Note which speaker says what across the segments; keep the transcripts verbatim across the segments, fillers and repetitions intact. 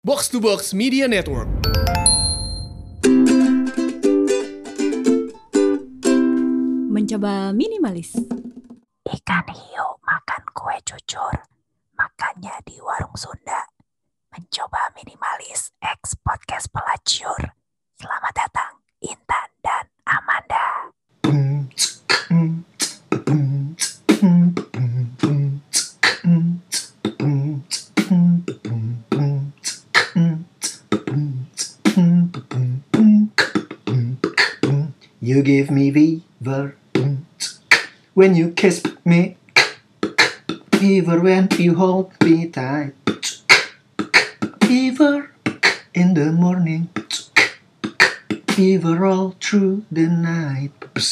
Speaker 1: Box to Box Media Network.
Speaker 2: Mencoba minimalis.
Speaker 3: Ikan hiu makan kue cucur, makannya di warung Sunda. Mencoba minimalis X podcast pelacur. Selamat datang Intan dan Amanda.
Speaker 4: You give me fever when you kiss me, fever when you hold me tight, fever in the morning, fever all through the night.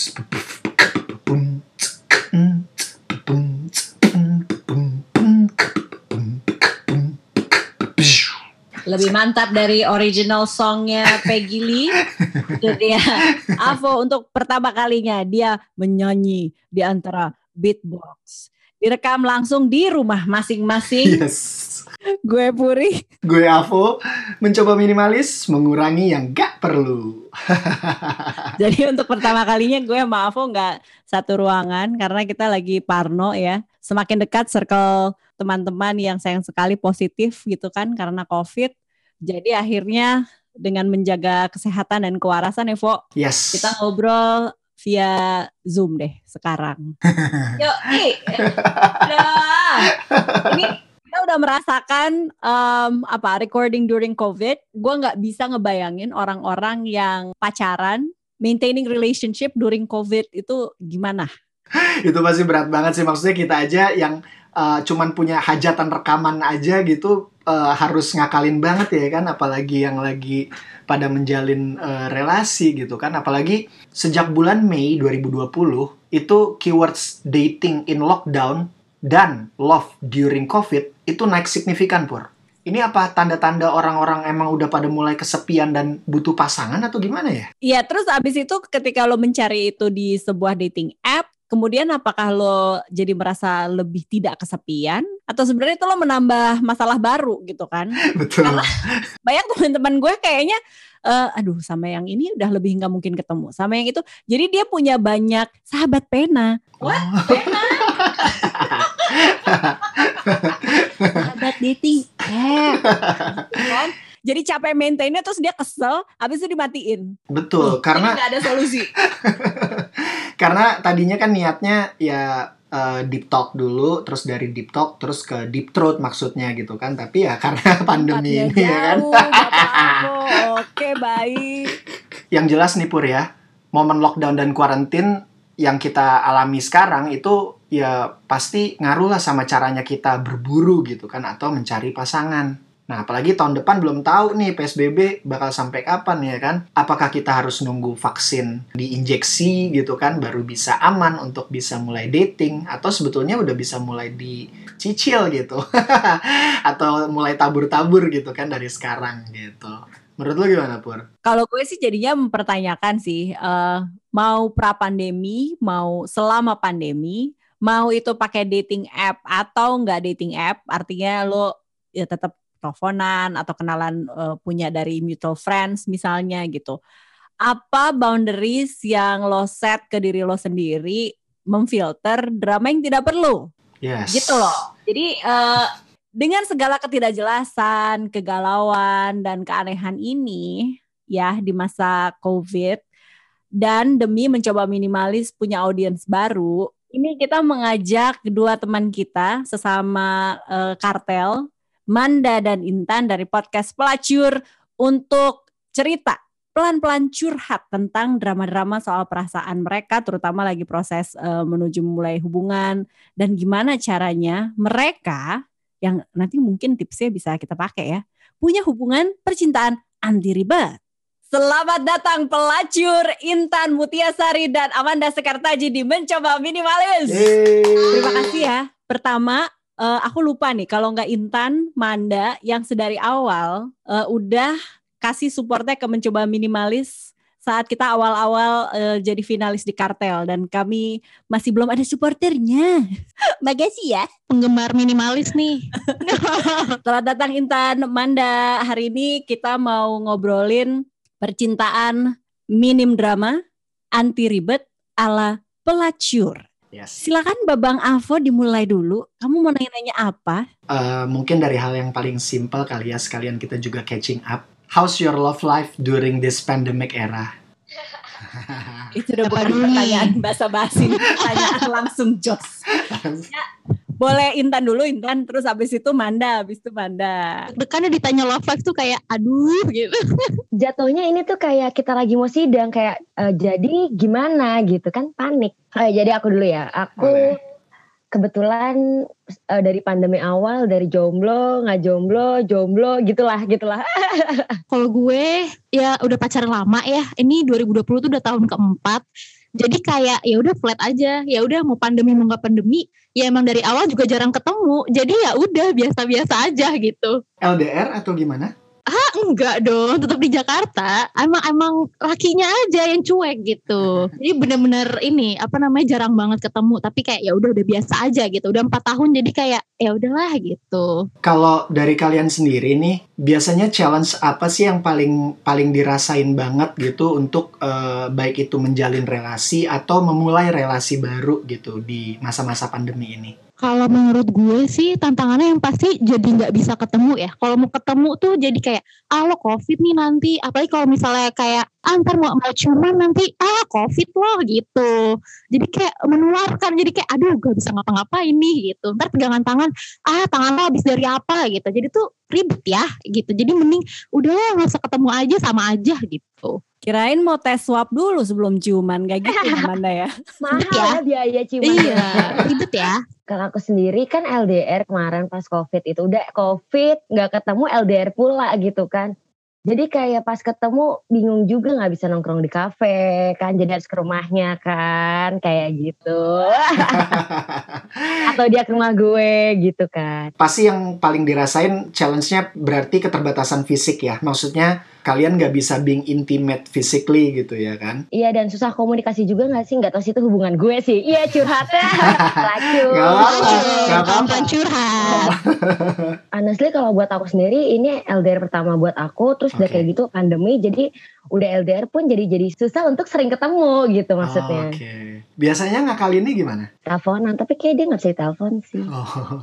Speaker 2: Lebih mantap dari original songnya Peggy Lee. Itu dia. Avo untuk pertama kalinya dia menyanyi di antara beatbox. Direkam langsung di rumah masing-masing.
Speaker 4: Yes.
Speaker 2: Gue Puri.
Speaker 4: Gue Avo, mencoba minimalis, mengurangi yang gak perlu.
Speaker 2: Jadi untuk pertama kalinya gue sama Avo gak satu ruangan karena kita lagi parno ya. Semakin dekat circle teman-teman yang sayang sekali positif gitu kan karena COVID. Jadi akhirnya dengan menjaga kesehatan dan kewarasan Evo,
Speaker 4: Yes.
Speaker 2: kita ngobrol via Zoom deh sekarang. Yuk, nih. Udah. Ini kita udah merasakan um, apa recording during COVID. Gue nggak bisa ngebayangin orang-orang yang pacaran, maintaining relationship during COVID itu gimana?
Speaker 4: Itu pasti berat banget sih, maksudnya kita aja yang uh, cuman punya hajatan rekaman aja gitu uh, harus ngakalin banget ya kan, apalagi yang lagi pada menjalin uh, relasi gitu kan, apalagi sejak bulan Mei dua ribu dua puluh itu keywords dating in lockdown dan love during COVID itu naik signifikan, Pur. Ini apa tanda-tanda orang-orang emang udah pada mulai kesepian dan butuh pasangan atau gimana ya?
Speaker 2: Iya, terus abis itu ketika lo mencari itu di sebuah dating app, kemudian apakah lo jadi merasa lebih tidak kesepian? Atau sebenarnya itu lo menambah masalah baru gitu kan?
Speaker 4: Betul.
Speaker 2: Karena banyak teman-teman gue kayaknya, uh, aduh sama yang ini udah lebih gak mungkin ketemu. Sama yang itu, jadi dia punya banyak sahabat pena. What? Oh. Pena? Sahabat dating app. Kan? Jadi capek maintainnya terus dia kesel, habis itu dimatiin.
Speaker 4: Betul,
Speaker 2: uh,
Speaker 4: karena
Speaker 2: nggak ada solusi.
Speaker 4: Karena tadinya kan niatnya ya uh, deep talk dulu, terus dari deep talk terus ke deep throat maksudnya gitu kan. Tapi ya karena pandemi
Speaker 2: Tempatnya
Speaker 4: ini
Speaker 2: jauh,
Speaker 4: ya kan.
Speaker 2: Oke, baik.
Speaker 4: Yang jelas nih Pur ya, momen lockdown dan quarantine yang kita alami sekarang itu ya pasti ngaruh lah sama caranya kita berburu gitu kan, atau mencari pasangan. Nah, apalagi tahun depan belum tahu nih P S B B bakal sampai kapan ya kan. Apakah kita harus nunggu vaksin diinjeksi gitu kan baru bisa aman untuk bisa mulai dating, atau sebetulnya udah bisa mulai dicicil gitu. Atau mulai tabur-tabur gitu kan dari sekarang gitu. Menurut lo gimana, Pur?
Speaker 2: Kalau gue sih jadinya mempertanyakan sih, uh, mau pra-pandemi, mau selama pandemi, mau itu pakai dating app atau nggak dating app, artinya lo ya tetap teleponan atau kenalan uh, punya dari mutual friends misalnya gitu. Apa boundaries yang lo set ke diri lo sendiri memfilter drama yang tidak perlu?
Speaker 4: Yes.
Speaker 2: Gitu loh. Jadi uh, dengan segala ketidakjelasan, kegalauan, dan keanehan ini ya di masa COVID dan demi mencoba minimalis punya audiens baru, ini kita mengajak kedua teman kita sesama uh, kartel, Manda dan Intan dari podcast Pelacur untuk cerita pelan-pelan curhat tentang drama-drama soal perasaan mereka, terutama lagi proses uh, menuju mulai hubungan dan gimana caranya mereka yang nanti mungkin tipsnya bisa kita pakai ya, punya hubungan percintaan anti ribet. Selamat datang pelacur Intan Mutiasari dan Amanda Sekartaji di Mencoba Minimalis.
Speaker 4: Yeay.
Speaker 2: Terima kasih ya. Pertama, uh, aku lupa nih kalau nggak Intan, Manda yang sedari awal uh, udah kasih supportnya ke Mencoba Minimalis saat kita awal-awal uh, jadi finalis di Kartel dan kami masih belum ada supporternya. Makasih ya.
Speaker 5: Penggemar minimalis nih.
Speaker 2: Selamat datang Intan, Manda. Hari ini kita mau ngobrolin percintaan minim drama, anti ribet ala pelacur.
Speaker 4: Yes.
Speaker 2: Silakan Babang Avo dimulai dulu. Kamu mau nanya-nanya apa?
Speaker 4: Uh, mungkin dari hal yang paling simple kali ya, sekalian kita juga catching up. How's your love life during this pandemic era?
Speaker 2: Itu udah bukan pertanyaan basa-basi, pertanyaan langsung jos. Ya, boleh Intan dulu, Intan, terus abis itu Manda, abis itu Manda.
Speaker 5: Dekannya ditanya love life tuh kayak aduh gitu.
Speaker 6: Jatuhnya ini tuh kayak kita lagi mau sidang, kayak uh, jadi gimana gitu kan, panik. Oh, jadi aku dulu ya, aku Boleh. Kebetulan uh, dari pandemi awal, dari jomblo, nggak jomblo, jomblo, gitulah, gitulah.
Speaker 5: Kalau gue ya udah pacaran lama ya, ini dua ribu dua puluh tuh udah tahun keempat. Jadi kayak ya udah flat aja, ya udah mau pandemi mau nggak pandemi, ya emang dari awal juga jarang ketemu. Jadi ya udah biasa-biasa aja gitu.
Speaker 4: L D R atau gimana?
Speaker 5: Ah enggak dong, tetap di Jakarta. Emang emang lakinya aja yang cuek gitu. Jadi benar-benar ini apa namanya jarang banget ketemu. Tapi kayak ya udah udah biasa aja gitu. Udah empat tahun jadi kayak ya udahlah gitu.
Speaker 4: Kalau dari kalian sendiri nih, biasanya challenge apa sih yang paling paling dirasain banget gitu untuk uh, baik itu menjalin relasi atau memulai relasi baru gitu di masa-masa pandemi ini?
Speaker 5: Kalau menurut gue sih tantangannya yang pasti jadi nggak bisa ketemu ya. Kalau mau ketemu tuh jadi kayak ah lo covid nih nanti. Apalagi kalau misalnya kayak ah ntar mau, mau ciuman nanti ah covid loh gitu. Jadi kayak menularkan. Jadi kayak aduh gak bisa ngapa-ngapain nih gitu. Ntar pegangan tangan ah tangan lo habis dari apa gitu. Jadi tuh ribet ya gitu. Jadi mending udah gak usah ketemu aja sama aja gitu.
Speaker 2: Kirain mau tes swab dulu sebelum ciuman, gak gitu Amanda ya?
Speaker 6: Mahal ya biaya ciuman.
Speaker 5: Iya, ribet ya.
Speaker 6: Kalau aku sendiri kan L D R kemarin pas COVID itu udah COVID gak ketemu L D R pula gitu kan. Jadi kayak pas ketemu bingung juga gak bisa nongkrong di kafe kan. Jadi harus ke rumahnya kan kayak gitu. Atau dia ke rumah gue gitu kan.
Speaker 4: Pasti yang paling dirasain challenge-nya berarti keterbatasan fisik ya. Maksudnya kalian gak bisa being intimate physically gitu ya kan?
Speaker 6: Iya dan susah komunikasi juga gak sih? Gak tau sih itu hubungan gue sih. Iya curhatnya. Lacur.
Speaker 4: Gak apa-apa.
Speaker 5: Curhat.
Speaker 6: Honestly kalau buat aku sendiri ini L D R pertama buat aku. Terus okay. udah kayak gitu pandemi. Jadi udah L D R pun jadi jadi susah untuk sering ketemu gitu maksudnya.
Speaker 4: Oke. Okay. Biasanya ngakalinnya gimana?
Speaker 6: Teleponan. Tapi kayak dia gak bisa telepon sih.
Speaker 4: Oh.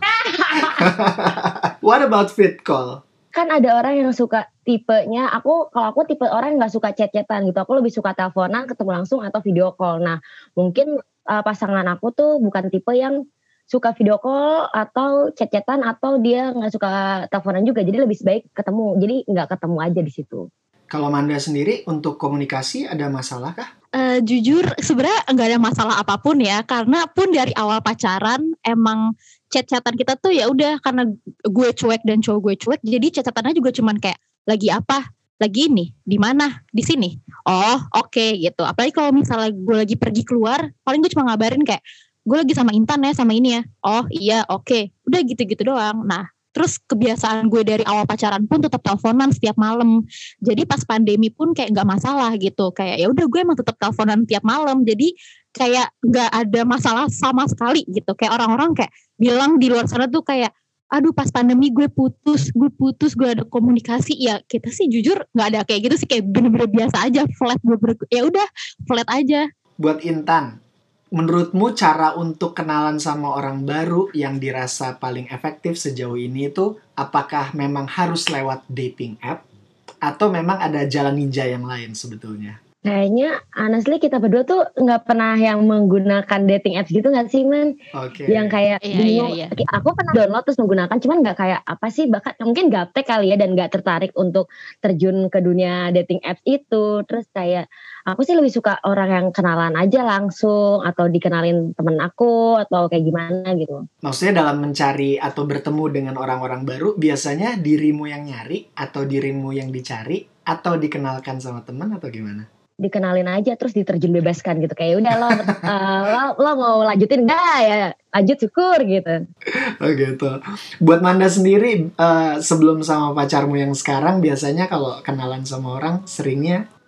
Speaker 4: What about fit call?
Speaker 6: Kan ada orang yang suka tipenya, aku kalau aku tipe orang yang gak suka chat-chatan gitu, aku lebih suka teleponan, ketemu langsung atau video call. Nah mungkin uh, pasangan aku tuh bukan tipe yang suka video call atau chat-chatan atau dia gak suka teleponan juga, jadi lebih baik ketemu, jadi gak ketemu aja di situ.
Speaker 4: Kalau Manda sendiri untuk komunikasi ada masalah kah?
Speaker 5: Uh, jujur sebenarnya nggak ada masalah apapun ya, karena pun dari awal pacaran emang chat-chatan kita tuh ya udah karena gue cuek dan cowok gue cuek, jadi chat-chatannya juga cuman kayak lagi apa, lagi ini, di mana, di sini. Oh oke okay, gitu. Apalagi kalau misalnya gue lagi pergi keluar, paling gue cuma ngabarin kayak gue lagi sama Intan ya, sama ini ya. Oh iya oke, okay. Udah gitu-gitu doang. Nah terus kebiasaan gue dari awal pacaran pun tetap teleponan setiap malam. Jadi pas pandemi pun kayak nggak masalah gitu. Kayak ya udah gue emang tetap teleponan tiap malam. Jadi kayak nggak ada masalah sama sekali gitu. Kayak orang-orang kayak bilang di luar sana tuh kayak, aduh pas pandemi gue putus, gue putus, gue ada komunikasi. Ya kita sih jujur nggak ada kayak gitu sih, kayak bener-bener biasa aja, flat, bener-bener, ya udah flat aja.
Speaker 4: Buat Intan, menurutmu cara untuk kenalan sama orang baru yang dirasa paling efektif sejauh ini itu apakah memang harus lewat dating app atau memang ada jalan ninja yang lain sebetulnya?
Speaker 6: Kayaknya honestly kita berdua tuh gak pernah yang menggunakan dating apps gitu gak sih man?
Speaker 4: Oke.
Speaker 6: Okay. Yang kayak
Speaker 5: iya,
Speaker 6: bingung,
Speaker 5: iya, iya.
Speaker 6: Aku pernah download terus menggunakan, cuman gak kayak apa sih, bahkan mungkin gaptek kali ya dan gak tertarik untuk terjun ke dunia dating apps itu. Terus kayak aku sih lebih suka orang yang kenalan aja langsung atau dikenalin temen aku atau kayak gimana gitu.
Speaker 4: Maksudnya dalam mencari atau bertemu dengan orang-orang baru biasanya dirimu yang nyari atau dirimu yang dicari atau dikenalkan sama teman atau gimana?
Speaker 6: Dikenalin aja terus diterjun bebaskan gitu, kayak udah lo, uh, lo lo mau lanjutin enggak ya lanjut syukur gitu.
Speaker 4: Oh gitu. Buat Manda sendiri uh, sebelum sama pacarmu yang sekarang biasanya kalau kenalan sama orang seringnya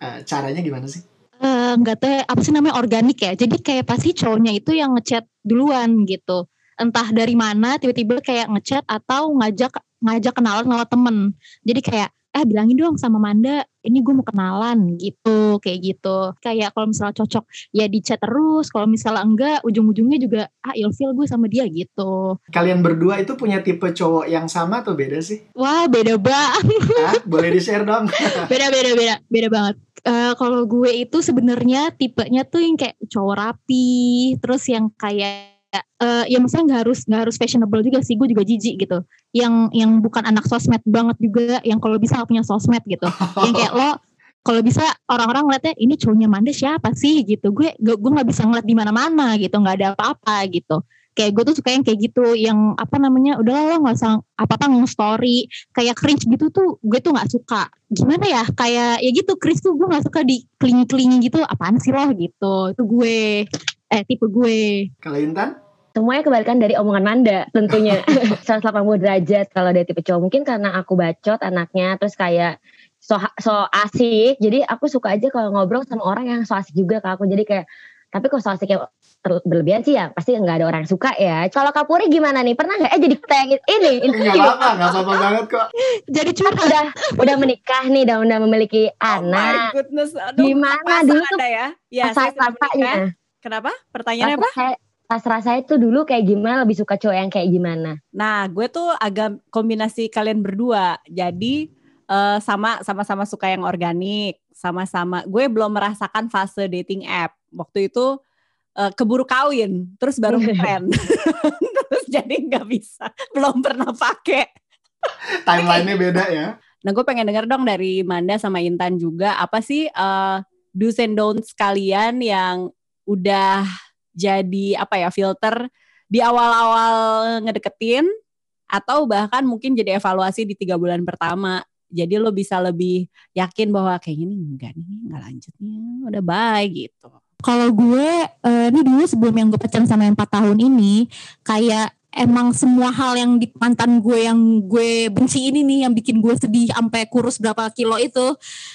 Speaker 4: Uh, caranya gimana sih?
Speaker 5: Uh, nggak tahu apa sih namanya, organik ya. Jadi kayak pasti cowoknya itu yang ngechat duluan gitu. Entah dari mana tiba-tiba kayak ngechat atau ngajak ngajak kenalan sama temen. Jadi kayak eh bilangin dong sama Manda, ini gue mau kenalan gitu, kayak gitu. Kayak kalau misalnya cocok ya di chat terus, kalau misalnya enggak ujung-ujungnya juga ah ilfeel gue sama dia gitu.
Speaker 4: Kalian berdua itu punya tipe cowok yang sama atau beda sih?
Speaker 5: Wah beda banget.
Speaker 4: Ah, boleh di-share dong.
Speaker 5: beda beda beda beda banget. Uh, kalau gue itu sebenarnya tipenya tuh yang kayak cowok rapi, terus yang kayak Uh, ya misalnya nggak harus nggak harus fashionable juga sih, gue juga jijik gitu, yang yang bukan anak sosmed banget juga, yang kalau bisa gak punya sosmed gitu, yang kayak lo kalau bisa orang-orang ngeliatnya ini cowoknya Manda siapa sih gitu, gue gue gue nggak bisa ngeliat di mana-mana gitu, nggak ada apa-apa gitu, kayak gue tuh suka yang kayak gitu, yang apa namanya udahlah lo nggak usah apa-apa nge-story kayak cringe gitu tuh, gue tuh nggak suka. Gimana ya, kayak ya gitu cringe tuh gue nggak suka di klingi-klingi gitu, apaan sih lo gitu, itu gue eh tipe gue.
Speaker 4: Kalau Intan?
Speaker 6: Semuanya kebalikan dari omongan Manda tentunya. seratus delapan puluh derajat kalau dari tipe cowok. Mungkin karena aku bacot anaknya, terus kayak so, so asik. Jadi aku suka aja kalau ngobrol sama orang yang so asik juga ke aku. Jadi kayak, tapi kalau so asik yang berlebihan sih ya pasti gak ada orang yang suka ya. Kalau Kapuri gimana nih? Pernah gak? Eh jadi tag ini.
Speaker 4: Gak apa-apa, gak apa-apa banget kok.
Speaker 5: Jadi curhat.
Speaker 6: Udah, udah menikah nih, udah, udah memiliki
Speaker 2: Oh
Speaker 6: anak.
Speaker 2: my goodness. Aduh,
Speaker 6: gimana dulu tuh
Speaker 2: ya? Ya, saya sudah menikah. Kenapa? Pertanyaannya apa?
Speaker 6: Saya, pas rasanya tuh dulu kayak gimana, lebih suka cowok yang kayak gimana?
Speaker 2: Nah, gue tuh agak kombinasi kalian berdua. Jadi uh, sama sama-sama suka yang organik, sama-sama. Gue belum merasakan fase dating app. Waktu itu uh, keburu kawin, terus baru keren. Terus jadi nggak bisa, belum pernah pakai.
Speaker 4: Timeline-nya beda ya.
Speaker 2: Nah, gue pengen denger dong dari Manda sama Intan juga, apa sih uh, do's and don'ts kalian yang udah jadi apa ya filter di awal-awal ngedeketin, atau bahkan mungkin jadi evaluasi di tiga bulan pertama. Jadi lo bisa lebih yakin bahwa kayak gini enggak nih, enggak lanjutnya, udah bye gitu.
Speaker 5: Kalau gue uh, ini dulu sebelum yang gue pacaran sama yang empat tahun ini, kayak emang semua hal yang di mantan gue yang gue benci ini nih, yang bikin gue sedih sampai kurus berapa kilo itu,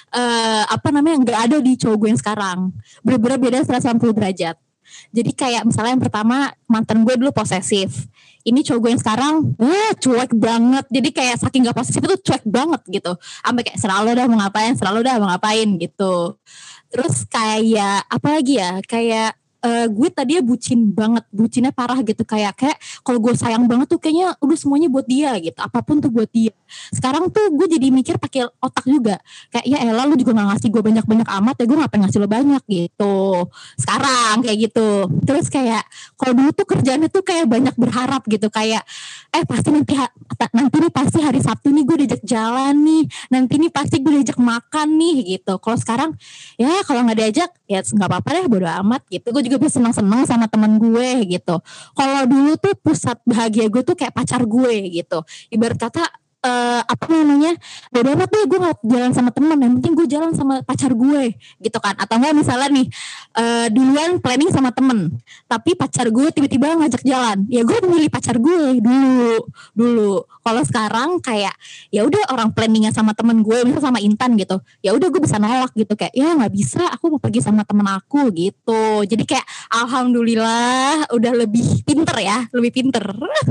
Speaker 5: uh, apa namanya nggak ada di cowok gue yang sekarang. Bener-bener beda seratus delapan puluh derajat. Jadi kayak misalnya yang pertama mantan gue dulu posesif, ini cowok gue yang sekarang wah cuek banget. Jadi kayak saking gak posesif itu cuek banget gitu, sampai kayak selalu dah mau ngapain, selalu dah mau ngapain gitu. Terus kayak apa lagi ya, kayak Uh, gue tadinya bucin banget, bucinnya parah gitu, kayak kayak kalau gue sayang banget tuh kayaknya udah semuanya buat dia gitu, apapun tuh buat dia. Sekarang tuh gue jadi mikir pakai otak juga, kayak ya elah lu juga nggak ngasih gue banyak-banyak amat ya, gue ngapain ngasih lo banyak gitu. Sekarang kayak gitu. Terus kayak kalau dulu tuh kerjaannya tuh kayak banyak berharap gitu, kayak eh pasti nanti nanti nih pasti hari Sabtu nih gue diajak jalan nih, nanti nih pasti gue diajak makan nih gitu. Kalau sekarang ya kalau nggak diajak ya nggak apa-apa deh, bodo amat gitu. Gue juga bisa senang-senang sama teman gue gitu. Kalau dulu tuh pusat bahagia gue tuh kayak pacar gue gitu. Ibarat kata uh, apa namanya, bodo amat deh gue gak jalan sama teman, yang penting gue jalan sama pacar gue gitu kan. Atau enggak misalnya nih uh, duluan planning sama temen, tapi pacar gue tiba-tiba ngajak jalan, ya gue memilih pacar gue dulu dulu. Kalau sekarang kayak ya udah orang planningnya sama temen gue, misal sama Intan gitu, ya udah gue bisa nolak gitu, kayak ya nggak bisa, aku mau pergi sama temen aku gitu. Jadi kayak alhamdulillah udah lebih pinter ya, lebih pinter.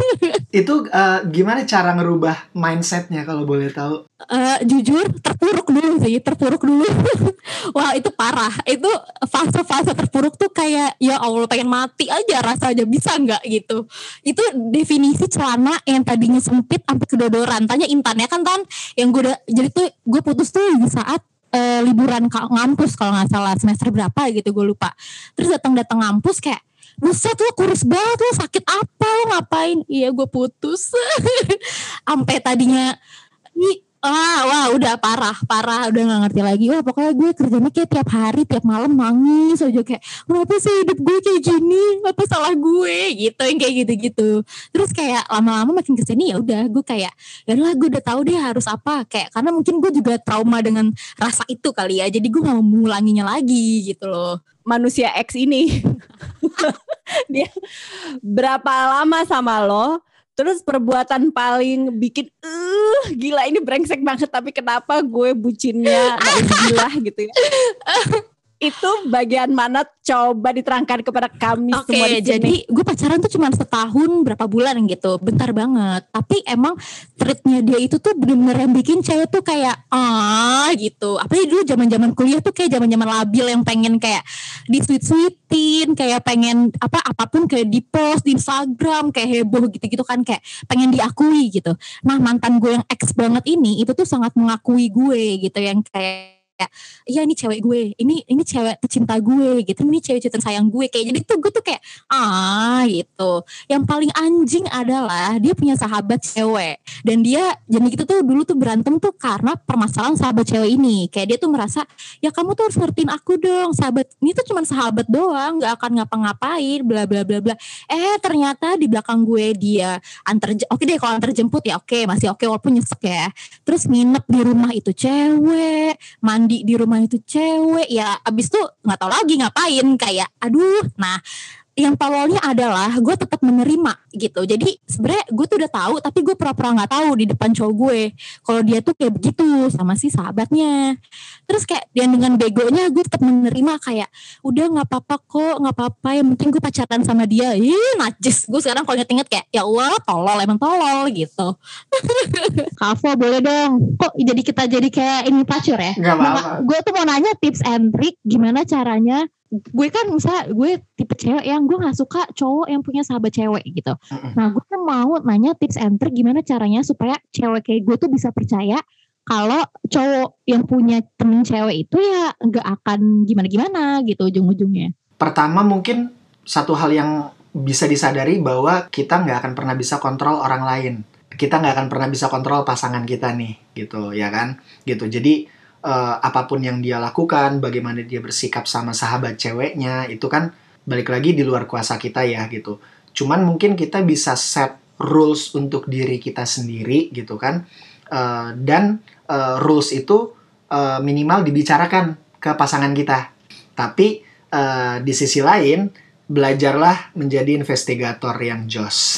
Speaker 4: Itu uh, gimana cara ngerubah mindsetnya kalau boleh tahu?
Speaker 5: Uh, jujur terpuruk dulu sih, terpuruk dulu. Wah itu parah, itu fase-fase terpuruk tuh kayak ya Allah pengen mati aja rasanya, bisa nggak gitu. Itu definisi celana yang tadinya sempit sampai kedodoran. Tanya Intan ya kan Tan, yang gue udah jadi tuh gue putus tuh di saat uh, liburan ngampus kalau nggak salah, semester berapa gitu gue lupa. Terus datang-datang ngampus kayak buset lo kurus banget, lo sakit apa, lo ngapain? Iya gue putus. Sampai tadinya ini ah wah udah parah parah udah nggak ngerti lagi. Wah pokoknya gue kerjanya kayak tiap hari tiap malam nangis aja, kayak kenapa sih hidup gue kayak gini, apa salah gue gitu, yang kayak gitu-gitu. Terus kayak lama-lama makin kesini ya udah gue kayak ya udah gue udah tahu deh harus apa, kayak karena mungkin gue juga trauma dengan rasa itu kali ya, jadi gue nggak mau mengulanginya lagi gitu loh.
Speaker 2: Manusia X ini dia berapa lama sama lo, Terus perbuatan paling bikin uh gila ini brengsek banget tapi kenapa gue bucinnya gila gitu ya. Itu bagian mana coba diterangkan kepada kami
Speaker 5: Oke,
Speaker 2: semua di sini.
Speaker 5: jadi gue pacaran tuh cuma setahun berapa bulan gitu, bentar banget. Tapi emang treatnya dia itu tuh bener-bener yang bikin cewek tuh kayak ah gitu. Apalagi dulu zaman-zaman kuliah tuh kayak zaman-zaman labil yang pengen kayak di sweet-sweetin, kayak pengen apa apapun kayak di post di Instagram kayak heboh gitu-gitu kan, kayak pengen diakui gitu. Nah mantan gue yang ex banget ini itu tuh sangat mengakui gue gitu, yang kayak kayak iya ini cewek gue, ini ini cewek tercinta gue gitu, ini cewek cinta sayang gue, kayak jadi tuh gue tuh kayak ah gitu. Yang paling anjing adalah dia punya sahabat cewek dan dia jadi gitu tuh dulu tuh berantem tuh karena permasalahan sahabat cewek ini. Kayak dia tuh merasa ya kamu tuh harus ngertiin aku dong, sahabat ini tuh cuma sahabat doang, nggak akan ngapa-ngapain bla bla bla bla. Eh ternyata di belakang gue dia antar, oke deh kalau antar jemput ya oke masih oke walaupun nyesek ya. Terus nginep di rumah itu cewek, mandi di rumah itu cewek, ya abis tuh nggak tahu lagi ngapain, kayak aduh. Nah yang tololnya adalah gue tetap menerima gitu. Jadi sebenarnya gue tuh udah tahu tapi gue pura-pura nggak tahu di depan cowok gue kalau dia tuh kayak begitu sama si sahabatnya. Terus kayak dia dengan begonya gue tetap menerima, kayak udah nggak apa-apa kok, nggak apa-apa, yang penting gue pacaran sama dia. Ih najis, gue sekarang kalau inget-inget kayak ya Allah tolol, emang tolol gitu. Kavo boleh dong, kok jadi kita jadi kayak ini pelacur ya?
Speaker 4: Nggak apa-apa.
Speaker 5: Gue tuh mau nanya tips and trick gimana caranya. Gue kan misalnya gue tipe cewek yang gue gak suka cowok yang punya sahabat cewek gitu. Nah gue kan mau nanya tips and trick gimana caranya supaya cewek kayak gue tuh bisa percaya kalau cowok yang punya temen cewek itu ya gak akan gimana-gimana gitu ujung-ujungnya.
Speaker 4: Pertama mungkin satu hal yang bisa disadari bahwa kita gak akan pernah bisa kontrol orang lain. Kita gak akan pernah bisa kontrol pasangan kita nih gitu ya kan gitu. Jadi Uh, apapun yang dia lakukan, bagaimana dia bersikap sama sahabat ceweknya, itu kan balik lagi di luar kuasa kita ya gitu. Cuman mungkin kita bisa set rules untuk diri kita sendiri gitu kan. Uh, dan uh, rules itu uh, minimal dibicarakan ke pasangan kita. Tapi uh, di sisi lain, belajarlah menjadi investigator yang jos.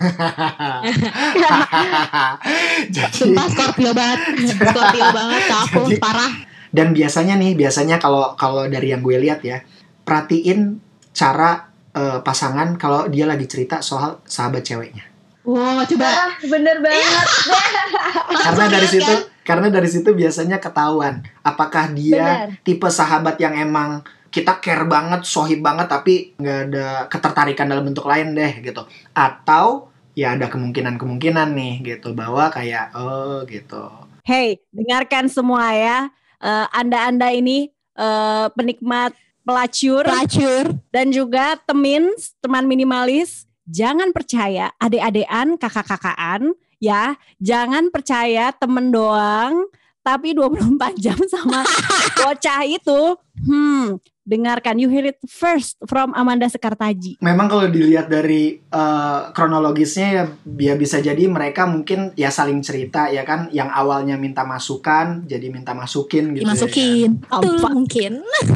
Speaker 4: Jadi,
Speaker 5: sumpah Scorpio banget, Scorpio banget, aku parah.
Speaker 4: Dan biasanya nih, biasanya kalau kalau dari yang gue lihat ya, perhatiin cara uh, pasangan kalau dia lagi cerita soal sahabat ceweknya.
Speaker 5: Wow, coba.
Speaker 6: Ah, bener banget.
Speaker 4: Karena dari situ, karena dari situ biasanya ketahuan apakah dia
Speaker 6: Bener.
Speaker 4: tipe sahabat yang emang kita care banget, sohib banget, tapi nggak ada ketertarikan dalam bentuk lain deh gitu. Atau ya ada kemungkinan-kemungkinan nih gitu, bahwa kayak oh gitu.
Speaker 2: Hey, dengarkan semua ya. Uh, anda-anda ini uh, penikmat pelacur,
Speaker 5: Pelacur.
Speaker 2: dan juga temins, teman minimalis. Jangan percaya adik-adean, kakak-kakaan ya. Jangan percaya temen doang, tapi dua puluh empat jam sama bocah itu. Hmm, dengarkan, you hear it first from Amanda Sekartaji.
Speaker 4: Memang kalau dilihat dari uh, kronologisnya ya, ya bisa jadi mereka mungkin ya saling cerita ya kan, yang awalnya minta masukan jadi minta masukin gitu.
Speaker 5: Dimasukin,
Speaker 4: ya.
Speaker 5: betul mungkin.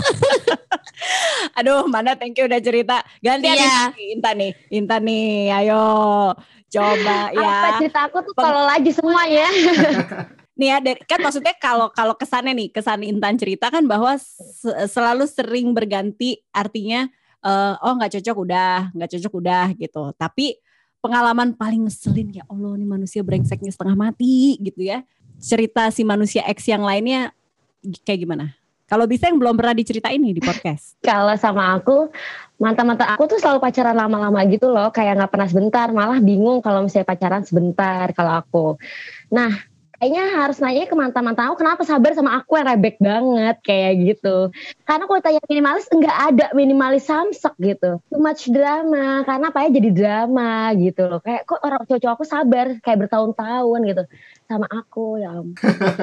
Speaker 2: Aduh, Amanda thank you udah cerita. Gantian
Speaker 5: Iya.
Speaker 2: nih, Intan nih, Intan nih, ayo coba ya.
Speaker 6: Apa cerita aku tuh tolol aja semuanya.
Speaker 2: Nih ya, dari- kan maksudnya kalau kalau kesannya nih, kesan Intan cerita kan bahwa se- selalu sering berganti, artinya eh, oh nggak cocok udah, nggak cocok udah gitu. Tapi pengalaman paling ngeselin, ya Allah nih manusia brengseknya setengah mati gitu ya. Cerita si manusia X yang lainnya kayak gimana? Kalau bisa yang belum pernah diceritain nih di podcast.
Speaker 6: Kalau sama aku, mantan-mantan aku tuh selalu pacaran lama-lama gitu loh, kayak nggak pernah sebentar, malah bingung kalau misalnya pacaran sebentar kalau aku. Nah, kayaknya harus nanya ke mantan-mantan aku kenapa sabar sama aku yang rebek banget kayak gitu. Karena kalau tanya minimalis, enggak ada minimalis samsek gitu. Too much drama, karena apa ya jadi drama gitu loh. Kayak kok orang cowok aku sabar kayak bertahun-tahun gitu sama aku ya ampun.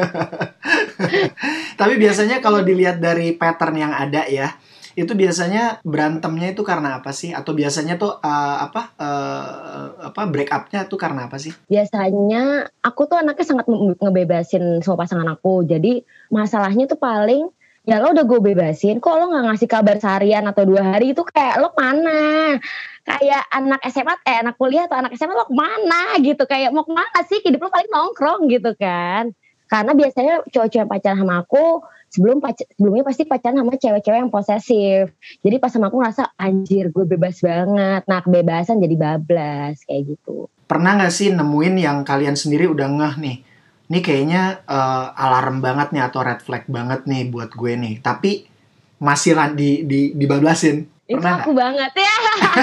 Speaker 4: Tapi biasanya kalau dilihat dari pattern yang ada ya, itu biasanya berantemnya itu karena apa sih? Atau biasanya tuh uh, apa uh, apa break up-nya tuh karena apa sih?
Speaker 6: Biasanya aku tuh anaknya sangat nge- ngebebasin sama pasangan aku. Jadi masalahnya tuh paling ya lo udah gue bebasin, kok lo gak ngasih kabar seharian atau dua hari, itu kayak lo mana? Kayak anak S M A, eh anak kuliah atau anak S M A lo kemana gitu, kayak mau kemana sih, hidup lo paling nongkrong gitu kan. Karena biasanya cowok-cowok yang pacaran sama aku, sebelum pac- sebelumnya pasti pacaran sama cewek-cewek yang posesif. Jadi pas sama aku ngerasa, anjir gue bebas banget, nah kebebasan jadi bablas, kayak gitu.
Speaker 4: Pernah gak sih nemuin yang kalian sendiri udah ngeh nih, ini kayaknya uh, alarm banget nih atau red flag banget nih buat gue nih, tapi masih lan- di, di, dibablasin.
Speaker 6: Itu
Speaker 4: Pernah
Speaker 6: aku
Speaker 4: gak?
Speaker 6: banget ya.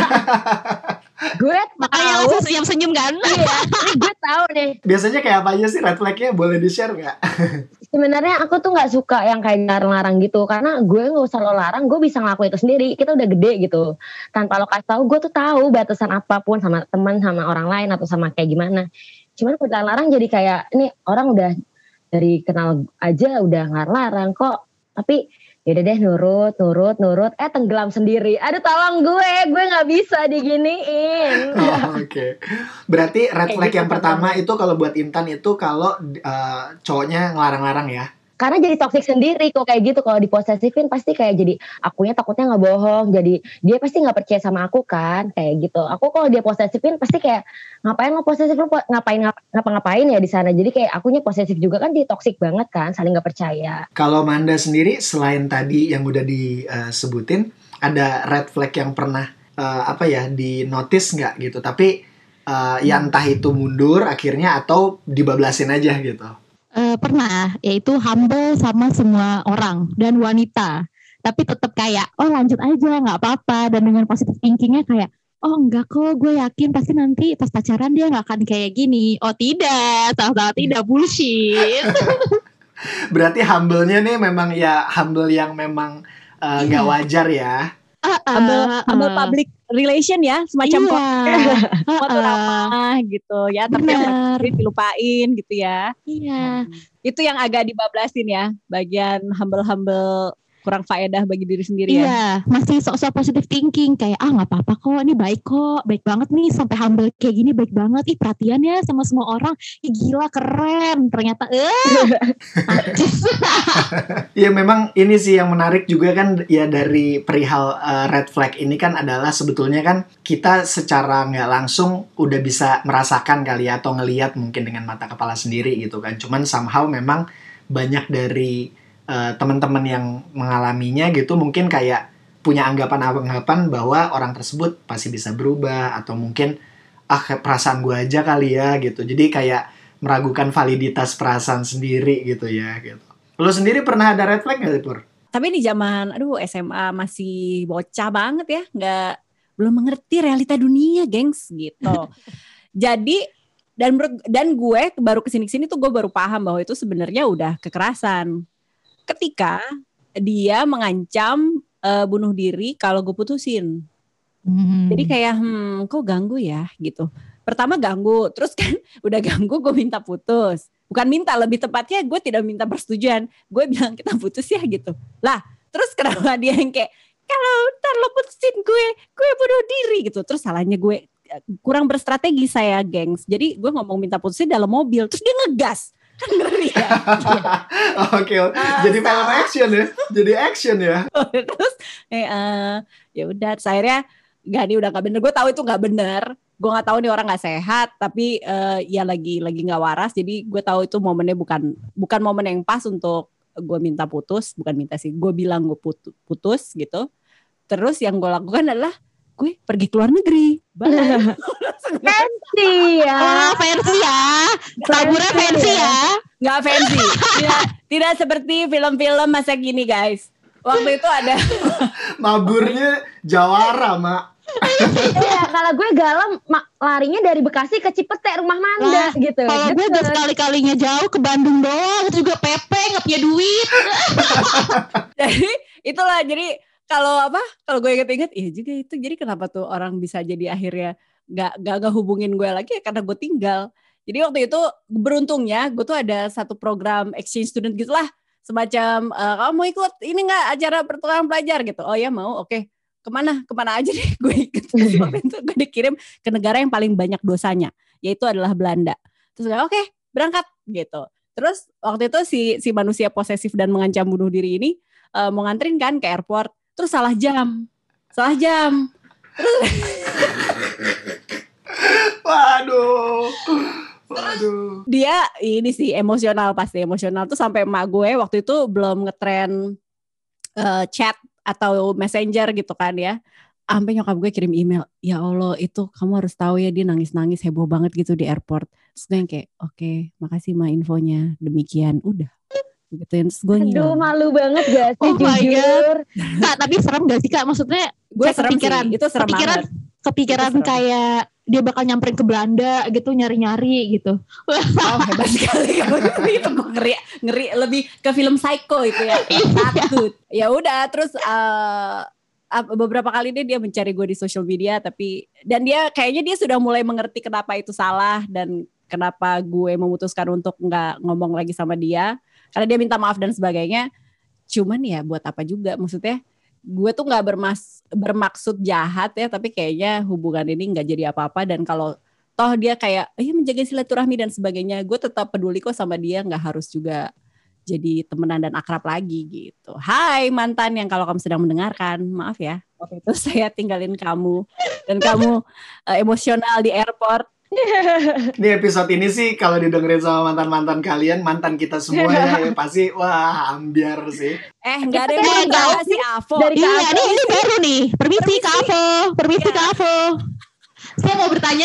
Speaker 6: Gue
Speaker 5: Makanya
Speaker 6: tahu.
Speaker 5: langsung senyum-senyum kan.
Speaker 6: Iya, ini gue tahu nih.
Speaker 4: Biasanya kayak apa aja sih red flagnya, boleh di-share gak?
Speaker 6: Sebenarnya aku tuh nggak suka yang kayak larang-larang gitu, karena gue nggak usah lo larang, gue bisa ngelakuin itu sendiri. Kita udah gede gitu, tanpa lo kasih tahu, gue tuh tahu batasan apapun sama teman, sama orang lain atau sama kayak gimana. Cuman kalau larang jadi kayak ini orang udah dari kenal aja udah ngarang-larang kok, tapi yaudah deh nurut, nurut, nurut, eh tenggelam sendiri. Aduh tolong gue, gue nggak bisa diginiin.
Speaker 4: Oh, oke. Okay. Berarti red
Speaker 6: Kayak
Speaker 4: flag
Speaker 6: gitu
Speaker 4: yang pertama
Speaker 6: pertama.
Speaker 4: itu kalau buat Intan itu kalau uh, cowoknya ngelarang-larang ya.
Speaker 6: Karena jadi toxic sendiri kok kayak gitu. Kalau diposesifin pasti kayak jadi akunya takutnya nggak bohong. Jadi dia pasti nggak percaya sama aku kan, kayak gitu. Aku kalau dia posesifin pasti kayak ngapain lo posesif, lo ngapain ngapa-ngapain ya di sana. Jadi kayak akunya posesif juga kan, jadi toxic banget kan, saling nggak percaya.
Speaker 4: Kalau Manda sendiri selain tadi yang udah disebutin, ada red flag yang pernah uh, apa ya di notice nggak gitu? Tapi uh, ya entah itu mundur akhirnya atau dibablasin aja gitu.
Speaker 5: Uh, pernah, yaitu humble sama semua orang dan wanita, tapi tetap kayak oh lanjut aja nggak apa-apa, dan dengan positive thinkingnya kayak oh enggak kok, gue yakin pasti nanti pas pacaran dia nggak akan kayak gini. Oh tidak, salah-salah tidak, bullshit.
Speaker 4: Berarti humble-nya nih memang ya humble yang memang nggak uh, yeah. wajar ya.
Speaker 2: Uh, uh, humble, humble uh, public relation ya, semacam
Speaker 5: iya.
Speaker 2: foto uh, ramah gitu ya, tapi yang dilupain gitu ya.
Speaker 5: Iya.
Speaker 2: Hmm. Itu yang agak dibablasin ya, bagian humble-humble kurang faedah bagi diri sendiri ya.
Speaker 5: Iya, masih sok-sok positive thinking kayak ah nggak apa-apa kok, ini baik kok, baik banget nih sampai humble kayak gini, baik banget, ih perhatian ya sama semua orang, ih gila keren, ternyata eh.
Speaker 4: Ya memang ini sih yang menarik juga kan ya dari perihal uh, red flag ini kan adalah sebetulnya kan kita secara nggak langsung udah bisa merasakan kali ya, atau ngelihat mungkin dengan mata kepala sendiri gitu kan. Cuman somehow memang banyak dari Uh, teman-teman yang mengalaminya gitu mungkin kayak punya anggapan-anggapan bahwa orang tersebut pasti bisa berubah, atau mungkin ah perasaan gue aja kali ya gitu, jadi kayak meragukan validitas perasaan sendiri gitu ya gitu. Lo sendiri pernah ada red flag nggak Pur?
Speaker 2: Tapi di zaman aduh S M A masih bocah banget ya, nggak belum mengerti realita dunia gengs gitu. Jadi dan dan gue baru kesini-kesini tuh gue baru paham bahwa itu sebenarnya udah kekerasan. Ketika dia mengancam uh, bunuh diri kalau gue putusin. Hmm. Jadi kayak hmm kok ganggu ya gitu. Pertama ganggu, terus kan udah ganggu gue minta putus. Bukan minta, lebih tepatnya gue tidak minta persetujuan. Gue bilang kita putus ya gitu. Lah terus kenapa dia yang kayak kalau ntar lo putusin gue, gue bunuh diri gitu. Terus salahnya gue kurang berstrategi saya gengs. Jadi gue ngomong minta putusin dalam mobil, terus dia ngegas. Kan ngeri ya.
Speaker 4: Oke, jadi film action ya, jadi action ya.
Speaker 2: Terus eh, uh, ya udah, akhirnya nggak nih udah nggak bener. Gue tahu itu nggak bener. Gue nggak tahu nih orang nggak sehat, tapi uh, ya lagi lagi nggak waras. Jadi gue tahu itu momennya bukan bukan momen yang pas untuk gue minta putus, bukan minta sih. Gue bilang gue putus, putus gitu. Terus yang gue lakukan adalah gue pergi ke luar negeri.
Speaker 6: Fancy ya.
Speaker 5: Oh, fancy ya. Taburnya fancy ya.
Speaker 2: Nggak fancy. Tidak, tidak seperti film-film masa kini guys. Waktu itu ada
Speaker 4: maburnya Jawara, Mak.
Speaker 6: Iya, kalau gue galau larinya dari Bekasi ke Cipete, rumah Manda nah, gitu.
Speaker 5: Kalau gue udah sekali-kalinya jauh ke Bandung doang, itu juga pepe, nggak punya duit.
Speaker 2: Jadi itulah, jadi kalau apa? Kalau gue inget-inget, iya juga itu. Jadi kenapa tuh orang bisa jadi akhirnya nggak nggak nggak hubungin gue lagi ya, karena gue tinggal. Jadi waktu itu beruntungnya gue tuh ada satu program exchange student gitulah, semacam uh, kamu mau ikut ini nggak acara pertukaran pelajar gitu. Oh ya mau, oke. Okay. Kemana kemana aja deh gue ikut. Waktu itu gue dikirim ke negara yang paling banyak dosanya, yaitu adalah Belanda. Terus gue oke okay, berangkat gitu. Terus waktu itu si si manusia posesif dan mengancam bunuh diri ini uh, mau nganterin kan ke airport, terus salah jam, salah jam. Terus
Speaker 4: Waduh. Waduh.
Speaker 2: Dia ini sih emosional, pasti emosional tuh sampai emak gue waktu itu belum ngetren uh, chat atau messenger gitu kan ya. Sampai nyokap gue kirim email, ya Allah itu kamu harus tahu ya dia nangis-nangis heboh banget gitu di airport. Terus gue yang kayak oke okay, makasih ma infonya, demikian udah gituin. Terus gue
Speaker 6: Aduh malu banget gak sih
Speaker 5: Oh my
Speaker 6: jujur.
Speaker 5: Kak, tapi serem gak sih Kak? Maksudnya
Speaker 2: gue
Speaker 5: kayak
Speaker 2: serem
Speaker 5: kepikiran,
Speaker 2: sih, itu serem
Speaker 5: kepikiran,
Speaker 2: banget.
Speaker 5: kepikiran
Speaker 2: Itu serem.
Speaker 5: kayak dia bakal nyamperin ke Belanda gitu, nyari-nyari gitu.
Speaker 2: Oh hebat sekali kamu. Itu gue ngeri, ngeri lebih ke film Psycho itu ya. Takut. Ya udah terus uh, beberapa kali deh dia mencari gue di social media, tapi dan dia kayaknya dia sudah mulai mengerti kenapa itu salah dan kenapa gue memutuskan untuk nggak ngomong lagi sama dia karena dia minta maaf dan sebagainya. Cuman ya buat apa juga, maksudnya gue tuh nggak bermas bermaksud jahat ya, tapi kayaknya hubungan ini nggak jadi apa-apa. Dan kalau toh dia kayak eh menjaga silaturahmi dan sebagainya, gue tetap peduli kok sama dia, nggak harus juga jadi temenan dan akrab lagi gitu. Hai mantan yang kalau kamu sedang mendengarkan, maaf ya waktu itu saya tinggalin kamu dan kamu uh, emosional di airport.
Speaker 4: Di episode ini sih kalau didengerin sama mantan-mantan kalian, mantan kita semua ya, pasti wah ambiar sih.
Speaker 2: Eh nggak ada
Speaker 5: Eh,
Speaker 2: yang
Speaker 5: nggak
Speaker 2: tahu si Avo.
Speaker 6: Dari
Speaker 5: Iya,
Speaker 6: Kak
Speaker 5: ini, ini baru nih. Permisi Kak Avo, permisi
Speaker 2: Iya.
Speaker 5: Kak Avo. Saya mau bertanya,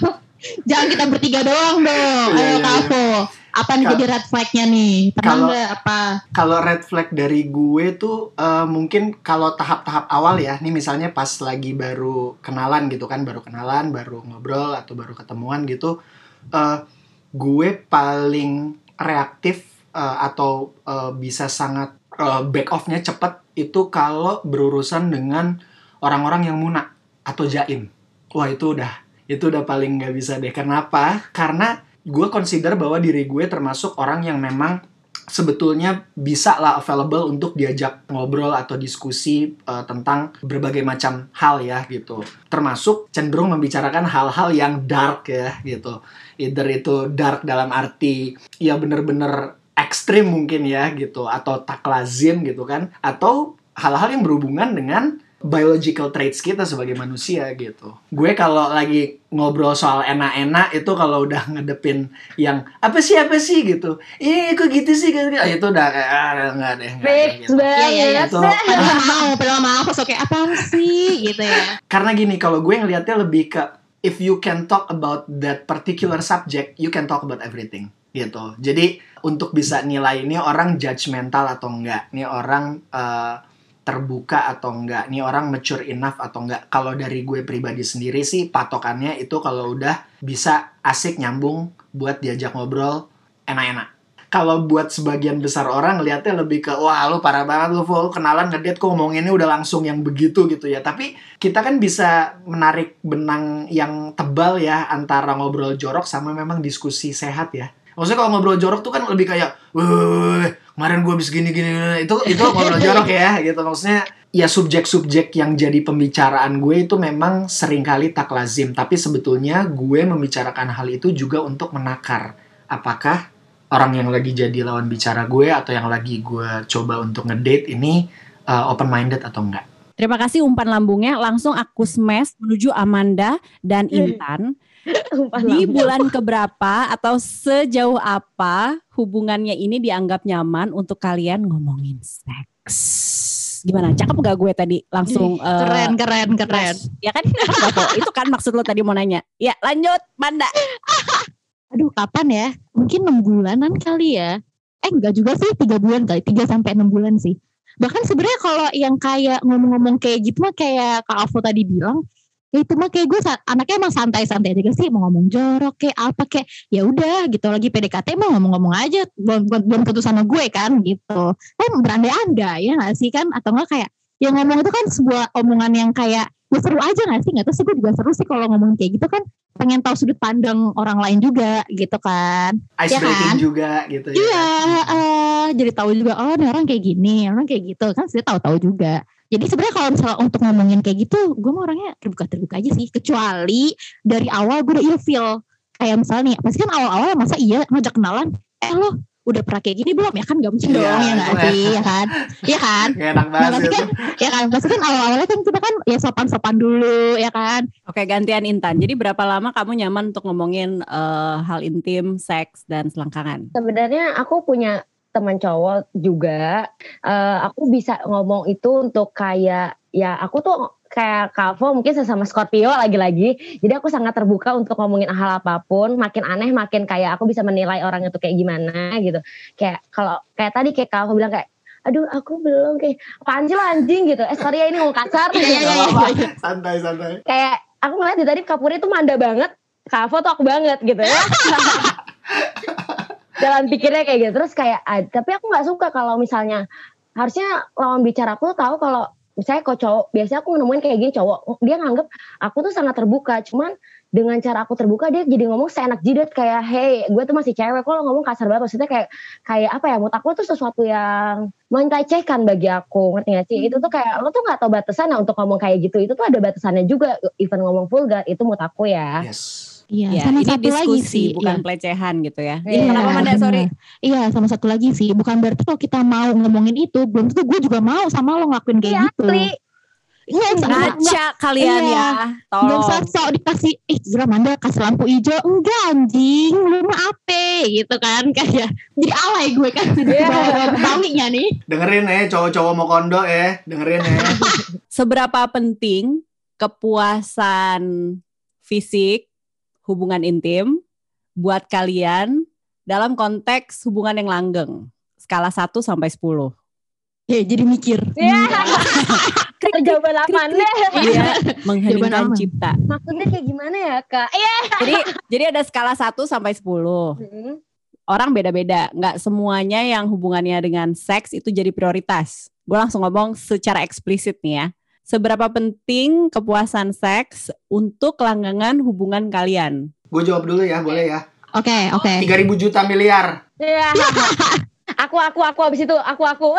Speaker 5: jangan kita bertiga doang dong.
Speaker 4: Iya,
Speaker 5: Ayo
Speaker 4: iya,
Speaker 5: Kak
Speaker 4: iya.
Speaker 5: Avo, apa nih
Speaker 4: Kak-
Speaker 5: jadi red flag-nya nih? Pernah
Speaker 4: Kalau-
Speaker 5: nggak apa?
Speaker 4: Kalau red flag dari gue tuh eh, mungkin kalau tahap-tahap awal ya, nih misalnya pas lagi baru kenalan gitu kan, baru kenalan, baru ngobrol atau baru ketemuan gitu, eh, gue paling reaktif eh, atau eh, bisa sangat eh, back off-nya cepet itu kalau berurusan dengan orang-orang yang muna atau jaim. Wah itu udah, itu udah paling nggak bisa deh. Kenapa? Karena gue consider bahwa diri gue termasuk orang yang memang sebetulnya bisa lah available untuk diajak ngobrol atau diskusi uh, tentang berbagai macam hal ya gitu. Termasuk cenderung membicarakan hal-hal yang dark ya gitu. Either itu dark dalam arti ya bener-bener ekstrim mungkin ya gitu. Atau tak lazim gitu kan. Atau hal-hal yang berhubungan dengan biological traits kita sebagai manusia gitu. Gue kalau lagi ngobrol soal enak-enak itu kalau udah ngedepin yang apa sih apa sih gitu. Ih kok gitu sih gitu. Ah, itu udah kayak ah, enggak deh enggak deh,
Speaker 6: Fix
Speaker 4: gitu.
Speaker 6: banget.
Speaker 5: Iya, iya, iya.
Speaker 4: Itu
Speaker 5: Padahal mau, padahal mau, pas oke apa sih gitu ya.
Speaker 4: karena gini, kalau gue ngelihatnya lebih ke if you can talk about that particular subject, you can talk about everything gitu. Jadi untuk bisa nilai ini orang judgmental atau enggak, nih orang uh, terbuka atau enggak, nih orang mature enough atau enggak. Kalau dari gue pribadi sendiri sih patokannya itu kalau udah bisa asik nyambung buat diajak ngobrol enak-enak. Kalau buat sebagian besar orang ngeliatnya lebih ke wah lu parah banget lu full kenalan ngedate kok ngomonginnya udah langsung yang begitu gitu ya. Tapi kita kan bisa menarik benang yang tebal ya antara ngobrol jorok sama memang diskusi sehat ya. Maksudnya kalau ngobrol jorok tuh kan lebih kayak weh kemarin gue habis gini-gini itu itu ngobrol jorok ya gitu. Maksudnya ya subjek-subjek yang jadi pembicaraan gue itu memang seringkali tak lazim. Tapi sebetulnya gue membicarakan hal itu juga untuk menakar apakah orang yang lagi jadi lawan bicara gue atau yang lagi gue coba untuk ngedate ini uh, open-minded atau enggak.
Speaker 2: Terima kasih umpan lambungnya. Langsung aku smash menuju Amanda dan Intan.
Speaker 6: Umpan
Speaker 2: Di
Speaker 6: lambung.
Speaker 2: bulan keberapa atau sejauh apa hubungannya ini dianggap nyaman untuk kalian ngomongin seks? Gimana? Cakep gak gue tadi langsung? eh,
Speaker 5: Keren, keren, keren.
Speaker 2: Ya kan? Cakep gak, itu kan maksud lo tadi mau nanya. Ya lanjut, Manda.
Speaker 5: Aduh, kapan ya? Mungkin enam bulanan kali ya. Eh, enggak juga sih, tiga bulan kali. tiga sampai enam bulan sih. Bahkan sebenarnya kalau yang kayak ngomong-ngomong kayak gitu mah kayak Kak Avo tadi bilang, ya itu mah kayak gue anaknya emang santai-santai aja sih, mau ngomong jorok kayak apa kayak ya udah gitu, lagi P D K T mah ngomong-ngomong aja, belum belum tentu sama gue kan gitu. Kan berandai-andai ya nggak sih kan, atau enggak kayak yang ngomong itu kan sebuah omongan yang kayak ya seru aja nggak sih, nggak tahu sih gue juga seru sih kalau ngomong kayak gitu kan, pengen tahu sudut pandang orang lain juga gitu kan.
Speaker 4: Ice
Speaker 5: Ya
Speaker 4: breaking
Speaker 5: kan?
Speaker 4: juga gitu ya.
Speaker 5: Iya, uh, jadi tahu juga oh ini orang kayak gini, orang kayak gitu kan, sudah tahu-tahu juga. Jadi sebenarnya kalau misalnya untuk ngomongin kayak gitu, gue mah orangnya terbuka-terbuka aja sih. Kecuali dari awal gue udah ilfeel. Kayak misalnya nih, pasti kan awal-awal masa iya ngajak kenalan, eh lo udah pernah kayak gini belum ya kan? Gak mungkin
Speaker 4: Iya,
Speaker 5: dong ya nggak
Speaker 4: itu
Speaker 5: sih ya kan? Iya kan?
Speaker 4: Gak enak
Speaker 5: Nah,
Speaker 4: banget
Speaker 5: tapi
Speaker 4: itu.
Speaker 5: kan, ya kan, maksudnya kan awal-awalnya kan kita kan ya sopan-sopan dulu ya kan.
Speaker 2: Oke, gantian Intan. Jadi berapa lama kamu nyaman untuk ngomongin eh, hal intim, seks, dan selangkangan?
Speaker 6: Sebenarnya aku punya teman cowok juga. Eh, aku bisa ngomong itu untuk kayak ya aku tuh kayak Kavo mungkin sesama Scorpio lagi-lagi. Jadi aku sangat terbuka untuk ngomongin hal apapun. Makin aneh makin kayak aku bisa menilai orang itu kayak gimana gitu. Kayak kalau kayak tadi kayak Kavo bilang kayak aduh aku belum kayak apaan sih lo anjing gitu. Eh sorry ya ini ngomong kasar.
Speaker 5: Iya, iya, iya.
Speaker 4: Santai santai.
Speaker 6: Kayak aku ngeliat di tadi Kapuri tuh manda banget. Kavo tuh aku banget gitu ya. Jalan pikirnya kayak gitu. Terus kayak ah, tapi aku gak suka kalau misalnya harusnya lawan bicara aku tuh tahu kalau misalnya kok cowok, biasanya aku nemuin kayak gini cowok, dia nganggep aku tuh sangat terbuka, cuman dengan cara aku terbuka dia jadi ngomong seenak jidat kayak, hey gue tuh masih cewek, kok lo ngomong kasar banget, maksudnya kayak kayak apa ya, menurut aku tuh sesuatu yang melecehkan bagi aku, ngerti gak sih? Hmm. Itu tuh kayak lo tuh gak tahu batasannya untuk ngomong kayak gitu, itu tuh ada batasannya juga, even ngomong vulgar, itu menurut aku ya.
Speaker 4: Yes.
Speaker 5: Iya,
Speaker 2: Ya,
Speaker 5: sama
Speaker 2: ini
Speaker 5: satu lagi
Speaker 2: diskusi
Speaker 5: sih,
Speaker 2: bukan
Speaker 5: ya.
Speaker 2: pelecehan gitu ya.
Speaker 6: Iya,
Speaker 2: Kenapa Manda, sorry?
Speaker 5: Iya, sama satu lagi sih, bukan berarti kalau kita mau ngomongin itu, belum tentu gue juga mau sama lo ngelakuin kayak
Speaker 6: Iya,
Speaker 5: gitu.
Speaker 6: asli.
Speaker 5: Enggak, enggak,
Speaker 2: Ngaca kalian
Speaker 5: Iya.
Speaker 2: ya,
Speaker 5: Gak
Speaker 2: tolong.
Speaker 5: usah sok dikasih, eh gila Manda kasih lampu hijau, enggak anjing, lu mah ape gitu kan, kayak jadi alay gue kan,
Speaker 6: Iya.
Speaker 5: tahunya nih.
Speaker 4: Dengerin ya cowok-cowok mau kondo ya, dengerin ya.
Speaker 2: Seberapa penting kepuasan fisik, hubungan intim buat kalian dalam konteks hubungan yang langgeng? Skala satu sampai sepuluh.
Speaker 5: Ya jadi mikir.
Speaker 6: Iya. Jawaban amannya.
Speaker 2: Iya, mengheningkan
Speaker 5: Jawaban aman.
Speaker 2: cipta.
Speaker 6: Maksudnya kayak gimana ya kak? Iya.
Speaker 2: Jadi jadi ada skala satu sampai sepuluh.
Speaker 6: Hmm.
Speaker 2: Orang beda-beda, nggak semuanya yang hubungannya dengan seks itu jadi prioritas. Gue langsung ngomong secara eksplisit nih ya. Seberapa penting kepuasan seks untuk kelanggengan hubungan kalian?
Speaker 4: Gue jawab dulu ya, boleh ya.
Speaker 5: Oke, oke.
Speaker 4: tiga ribu juta miliar.
Speaker 6: Iya. Aku aku aku abis itu aku aku.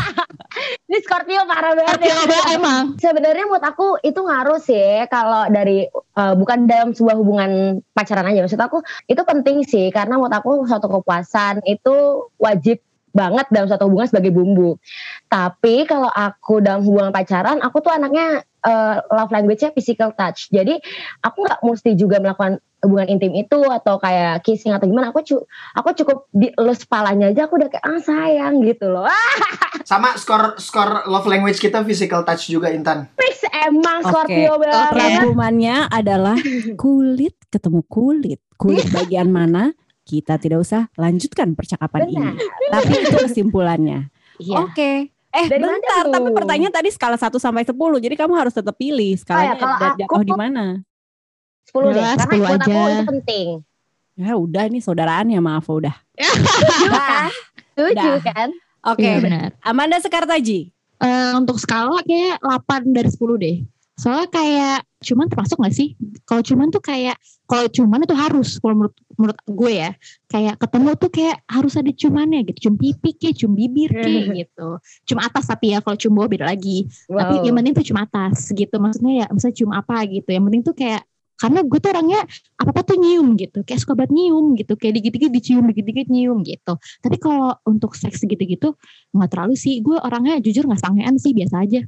Speaker 6: Ini Scorpio parah banget ya.
Speaker 5: Emang.
Speaker 6: Sebenarnya menurut aku itu ngaruh sih kalau dari uh, bukan dalam sebuah hubungan pacaran aja, maksud aku itu penting sih karena menurut aku suatu kepuasan itu wajib banget dalam suatu hubungan sebagai bumbu. Tapi kalau aku dalam hubungan pacaran, aku tuh anaknya uh, love language-nya physical touch. Jadi aku nggak mesti juga melakukan hubungan intim itu atau kayak kissing atau gimana. Aku cu- aku cukup dielus palanya aja, aku udah kayak ah sayang gitu loh.
Speaker 4: Sama skor skor love language kita physical touch juga, Intan.
Speaker 6: Fix emang
Speaker 2: Oke.
Speaker 6: Scorpio banget.
Speaker 2: Rangkumannya adalah kulit ketemu kulit. Kulit bagian mana? Kita tidak usah lanjutkan percakapan
Speaker 6: Benar.
Speaker 2: ini. Tapi itu kesimpulannya.
Speaker 5: Iya.
Speaker 2: Oke. Eh
Speaker 6: Dari mana
Speaker 2: bentar,
Speaker 6: tuh?
Speaker 2: tapi pertanyaan tadi skala satu sampai sepuluh. Jadi kamu harus tetap pilih skalanya
Speaker 6: Oh ya, kalau
Speaker 2: da-
Speaker 6: aku-
Speaker 2: jatuh di mana.
Speaker 6: sepuluh deh,
Speaker 5: Udah,
Speaker 6: karena
Speaker 5: sepuluh
Speaker 6: buat aku
Speaker 5: aja.
Speaker 6: itu penting.
Speaker 2: Ya udah nih saudaraan ya, maaf udah.
Speaker 6: Setuju kan? Setuju
Speaker 2: Dah.
Speaker 6: kan?
Speaker 2: Oke.
Speaker 5: Iya benar.
Speaker 2: Amanda Sekartaji.
Speaker 5: Eh, untuk skala kayak delapan dari sepuluh deh. Soalnya kayak cuman termasuk gak sih? Kalau cuman tuh kayak kalau cuman itu harus kalau menurut menurut gue ya. Kayak ketemu tuh kayak harus ada cumannya gitu. Cium pipi kayak cium bibir kayak gitu. Cium atas tapi ya kalau cium bawah beda lagi. Tapi yang penting tuh cium atas gitu. Maksudnya ya misalnya cium apa gitu. Yang penting tuh kayak karena gue tuh orangnya apa-apa tuh nyium gitu. Kayak suka banget nyium gitu. Kayak dikit-dikit dicium, dikit-dikit nyium gitu. Tapi kalau untuk seks gitu-gitu gak terlalu sih. Gue orangnya jujur gak sangean sih, biasa aja.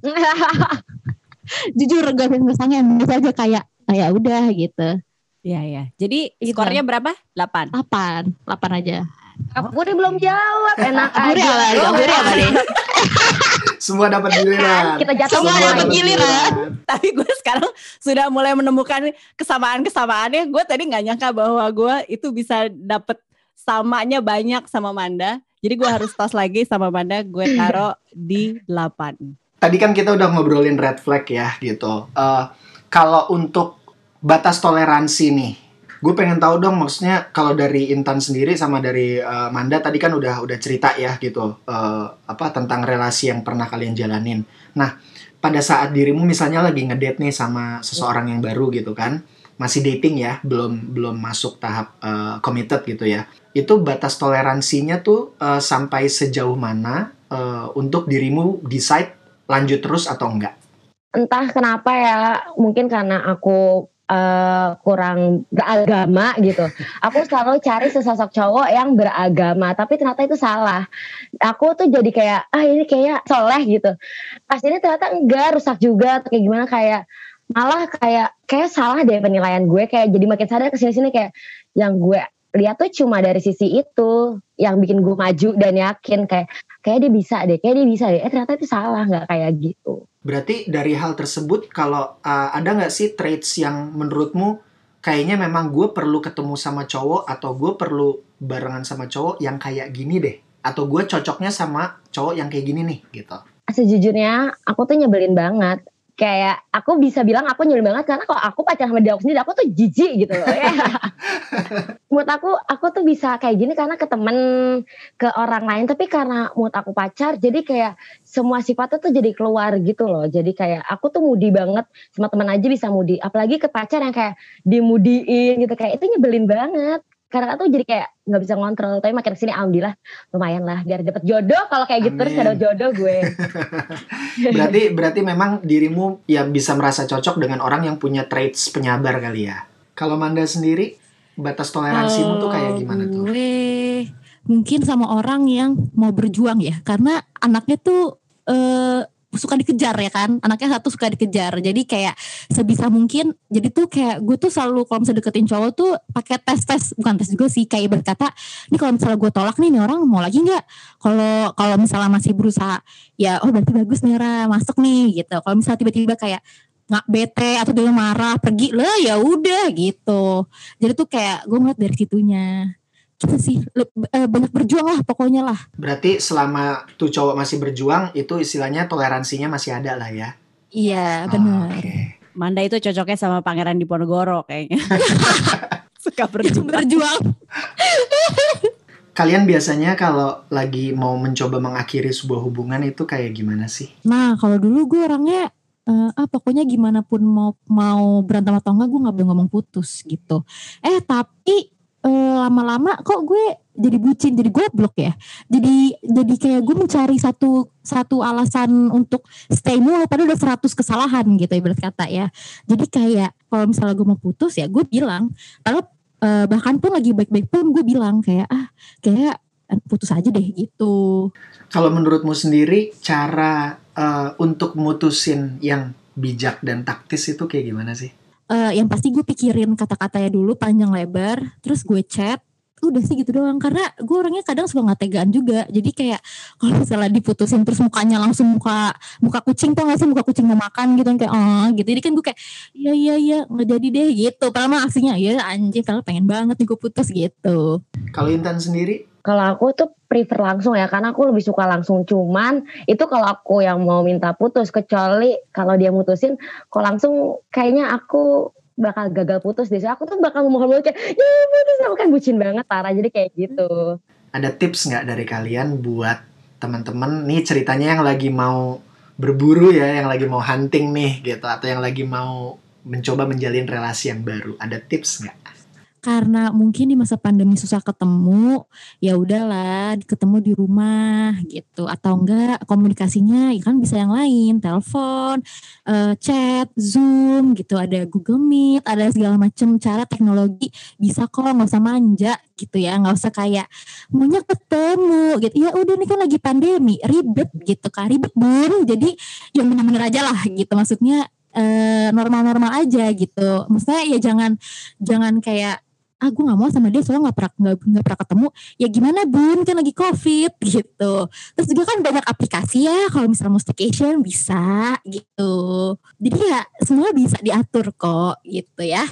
Speaker 5: Jujur gak gak sangean, biasa aja kayak kayak udah gitu.
Speaker 2: Iya ya. Jadi
Speaker 5: Gitu.
Speaker 2: skornya berapa? delapan.
Speaker 5: delapan, delapan aja.
Speaker 6: Aku udah belum jawab, enak
Speaker 5: Gurih
Speaker 6: aja.
Speaker 5: apa nih? Gurih apa nih?
Speaker 4: Semua dapat giliran.
Speaker 6: Kita jatuh
Speaker 5: Semua
Speaker 6: mulai.
Speaker 5: dapat giliran.
Speaker 2: Tapi gue sekarang sudah mulai menemukan kesamaan-kesamaannya. Gue tadi nggak nyangka bahwa gue itu bisa dapet samanya banyak sama Manda. Jadi gue harus tos lagi sama Manda. Gue taruh di delapan.
Speaker 4: Tadi kan kita udah ngobrolin red flag ya gitu. Eh, kalau untuk batas toleransi nih, gue pengen tahu dong maksudnya kalau dari Intan sendiri sama dari eh, Manda tadi kan udah udah cerita ya gitu eh, apa tentang relasi yang pernah kalian jalanin. Nah pada saat dirimu misalnya lagi ngedate nih sama seseorang yang baru gitu kan, masih dating ya, belum belum masuk tahap eh, committed gitu ya. Itu batas toleransinya tuh eh, sampai sejauh mana eh, untuk dirimu decide lanjut terus atau enggak?
Speaker 6: Entah kenapa ya, mungkin karena aku uh, kurang beragama gitu. Aku selalu cari sesosok cowok yang beragama, tapi ternyata itu salah. Aku tuh jadi kayak ah ini kayak soleh gitu. Pas ini ternyata enggak, rusak juga atau kayak gimana, kayak malah kayak kayak salah deh penilaian gue, kayak jadi makin sadar kesini-sini kayak yang gue lihat tuh cuma dari sisi itu yang bikin gue maju dan yakin kayak kayak dia bisa deh, kayak dia bisa deh. Eh ternyata itu salah, nggak kayak gitu.
Speaker 4: Berarti dari hal tersebut, kalau uh, ada nggak sih traits yang menurutmu kayaknya memang gue perlu ketemu sama cowok atau gue perlu barengan sama cowok yang kayak gini deh, atau gue cocoknya sama cowok yang kayak gini nih gitu?
Speaker 6: Sejujurnya aku tuh nyebelin banget. Kayak aku bisa bilang aku nyebelin banget karena kalau aku pacaran sama dia aku sendiri, aku tuh jijik gitu loh. Menurut aku, aku tuh bisa kayak gini karena ke temen, ke orang lain. Tapi karena menurut aku pacar, jadi kayak semua sifatnya tuh jadi keluar gitu loh. Jadi kayak aku tuh moody banget, sama teman aja bisa moody. Apalagi ke pacar yang kayak dimudiin gitu, kayak itu nyebelin banget. Karena tuh jadi kayak gak bisa ngontrol. Tapi makin kesini alhamdulillah lumayan lah biar dapet jodoh. Kalau kayak gitu terus gak ada jodoh gue.
Speaker 4: Berarti berarti memang dirimu ya bisa merasa cocok dengan orang yang punya traits penyabar kali ya. Kalau Manda sendiri, batas toleransimu tuh kayak gimana tuh?
Speaker 5: Gue mungkin sama orang yang mau berjuang ya. Karena anaknya tuh uh, suka dikejar ya kan. Anaknya satu suka dikejar. Jadi kayak sebisa mungkin, jadi tuh kayak gue tuh selalu kalau misalnya deketin cowok tuh pakai tes-tes, bukan tes juga sih, kayak berkata, ini kalau misalnya gue tolak nih, nih orang mau lagi nggak? Kalau kalau misalnya masih berusaha, ya oh berarti bagus nih Ra, masuk nih gitu. Kalau misalnya tiba-tiba kayak nggak bete atau dia marah pergi lah, ya udah gitu. Jadi tuh kayak gue ngeliat dari situnya. Gitu sih, banyak berjuang lah pokoknya lah.
Speaker 4: Berarti selama tuh cowok masih berjuang, itu istilahnya toleransinya masih ada lah ya?
Speaker 5: Iya benar.
Speaker 4: Oh, okay.
Speaker 2: Manda itu cocoknya sama Pangeran Diponegoro kayaknya. Suka berjuang. berjuang.
Speaker 4: Kalian biasanya kalau lagi mau mencoba mengakhiri sebuah hubungan itu kayak gimana sih?
Speaker 5: Nah kalau dulu gue orangnya uh, ah pokoknya gimana pun mau mau berantem atau enggak gue nggak boleh ngomong putus gitu. Eh tapi Uh, lama-lama kok gue jadi bucin, jadi goblok ya. Jadi jadi kayak gue mencari satu satu alasan untuk stay mulu padahal udah seratus kesalahan gitu ibarat kata ya. Jadi kayak kalau misalnya gue mau putus ya gue bilang. Kalau uh, bahkan pun lagi baik-baik pun gue bilang kayak ah kayak putus aja deh gitu.
Speaker 4: Kalau menurutmu sendiri cara uh, untuk mutusin yang bijak dan taktis itu kayak gimana sih?
Speaker 5: Uh, yang pasti gue pikirin kata-katanya dulu panjang lebar, terus gue chat, udah sih gitu doang. Karena gue orangnya kadang suka nggak tegaan juga, jadi kayak kalau misalnya diputusin terus mukanya langsung muka muka kucing tuh nggak sih, muka kucing mau makan gitu kayak oh gitu. Jadi kan gue kayak iya iya iya nggak jadi deh gitu. Padahal mah aksinya ya anjing, kalau pengen banget nih gue putus gitu.
Speaker 4: Kalau Intan sendiri?
Speaker 6: Kalau aku tuh prefer langsung ya, karena aku lebih suka langsung. Cuman itu kalau aku yang mau minta putus, kecuali kalau dia mutusin, kalau langsung kayaknya aku bakal gagal putus deh. Aku tuh bakal memohon kayak, ya putus, aku kan bucin banget parah, jadi kayak gitu.
Speaker 4: Ada tips nggak dari kalian buat teman-teman nih ceritanya yang lagi mau berburu ya, yang lagi mau hunting nih gitu, atau yang lagi mau mencoba menjalin relasi yang baru? Ada tips nggak?
Speaker 5: Karena mungkin di masa pandemi susah ketemu, ya udahlah ketemu di rumah gitu, atau enggak komunikasinya ya kan bisa yang lain, telepon, uh, chat, Zoom gitu, ada Google Meet, ada segala macam cara teknologi bisa kok, nggak usah manja gitu ya, nggak usah kayak maunya ketemu gitu, ya udah nih kan lagi pandemi ribet gitu kan, ribet bun, jadi yang benar-benar aja lah gitu, maksudnya uh, normal-normal aja gitu, maksudnya ya jangan jangan kayak ah gue gak mau sama dia soalnya gak pernah, gak, gak pernah ketemu. Ya gimana bun, kan lagi covid gitu. Terus juga kan banyak aplikasi ya, kalau misalnya mau staycation bisa gitu. Jadi ya semua bisa diatur kok gitu ya.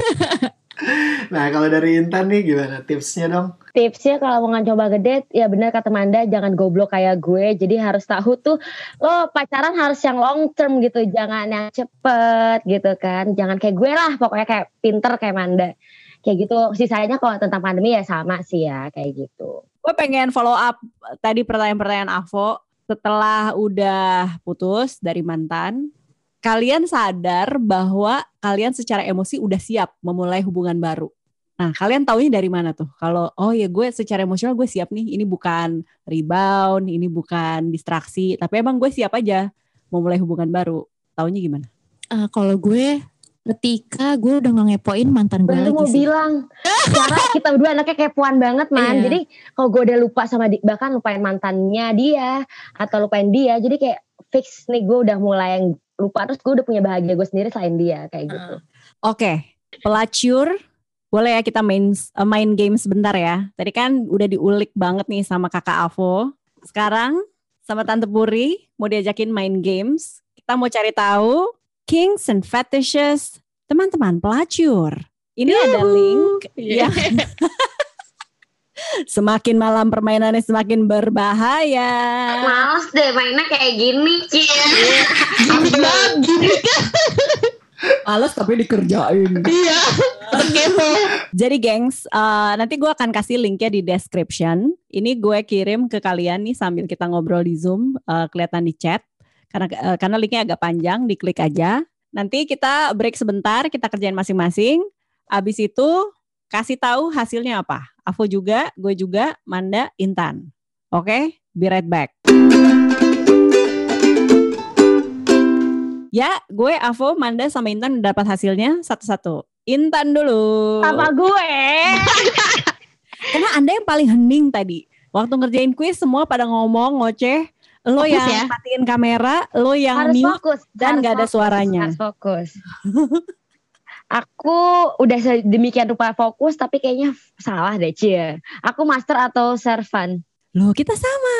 Speaker 4: Nah kalau dari Intan nih gimana tipsnya dong?
Speaker 6: Tipsnya kalau mau coba ngedate, ya benar kata Manda, jangan goblok kayak gue. Jadi harus tahu tuh, lo pacaran harus yang long term gitu, jangan yang cepet gitu kan. Jangan kayak gue lah, pokoknya kayak pinter kayak Manda. Kayak gitu, sisanya kalau tentang pandemi ya sama sih ya, kayak gitu.
Speaker 2: Gue pengen follow up tadi pertanyaan-pertanyaan Avo. Setelah udah putus dari mantan, kalian sadar bahwa kalian secara emosi udah siap memulai hubungan baru. Nah, kalian taunya dari mana tuh? Kalau, oh ya gue secara emosional gue siap nih, ini bukan rebound, ini bukan distraksi, tapi emang gue siap aja memulai hubungan baru. Taunya gimana?
Speaker 5: Uh, kalau gue Ketika gue udah nggak ngepoin mantan gue
Speaker 6: Baru
Speaker 5: lagi
Speaker 6: mau
Speaker 5: sih.
Speaker 6: bilang, cara kita berdua anaknya kepoan banget man.
Speaker 5: Iya.
Speaker 6: Jadi kalau gue udah lupa sama di, bahkan lupain mantannya dia atau lupain dia, jadi kayak fix nih gue udah mulai yang lupa, terus gue udah punya bahagia gue sendiri selain dia kayak gitu.
Speaker 2: Oke, pelacur, boleh ya kita main uh, main game sebentar ya. Tadi kan udah diulik banget nih sama kakak Avo. Sekarang sama Tante Puri mau diajakin main games. Kita mau cari tahu kinks and fetishes teman-teman pelacur. Ini Yuhu. Ada link
Speaker 5: yeah.
Speaker 2: yang semakin malam permainannya semakin berbahaya.
Speaker 6: Males deh mainnya kayak gini, Cie.
Speaker 5: Gini banget, gini kan.
Speaker 2: Males tapi dikerjain.
Speaker 5: Iya. Oke.
Speaker 2: Jadi gengs, uh, nanti gue akan kasih linknya di description. Ini gue kirim ke kalian nih sambil kita ngobrol di Zoom, uh, kelihatan di chat. Karena uh, karena linknya agak panjang, diklik aja. Nanti kita break sebentar, kita kerjain masing-masing. Abis itu kasih tahu hasilnya apa. Avo juga, gue juga, Manda, Intan. Oke, okay? Be right back. Ya, gue, Avo, Manda, sama Intan dapat hasilnya satu-satu. Intan dulu.
Speaker 6: Apa gue?
Speaker 2: Karena Anda yang paling hening tadi. Waktu ngerjain kuis semua pada ngomong, ngoceh. Lo fokus yang ya? Matiin kamera, lo yang
Speaker 6: harus
Speaker 2: mute
Speaker 6: fokus,
Speaker 2: dan gak ada suaranya.
Speaker 6: Harus fokus. Aku udah demikian rupa fokus, tapi kayaknya salah deh, Cie. Aku master atau servant?
Speaker 2: Loh, kita sama.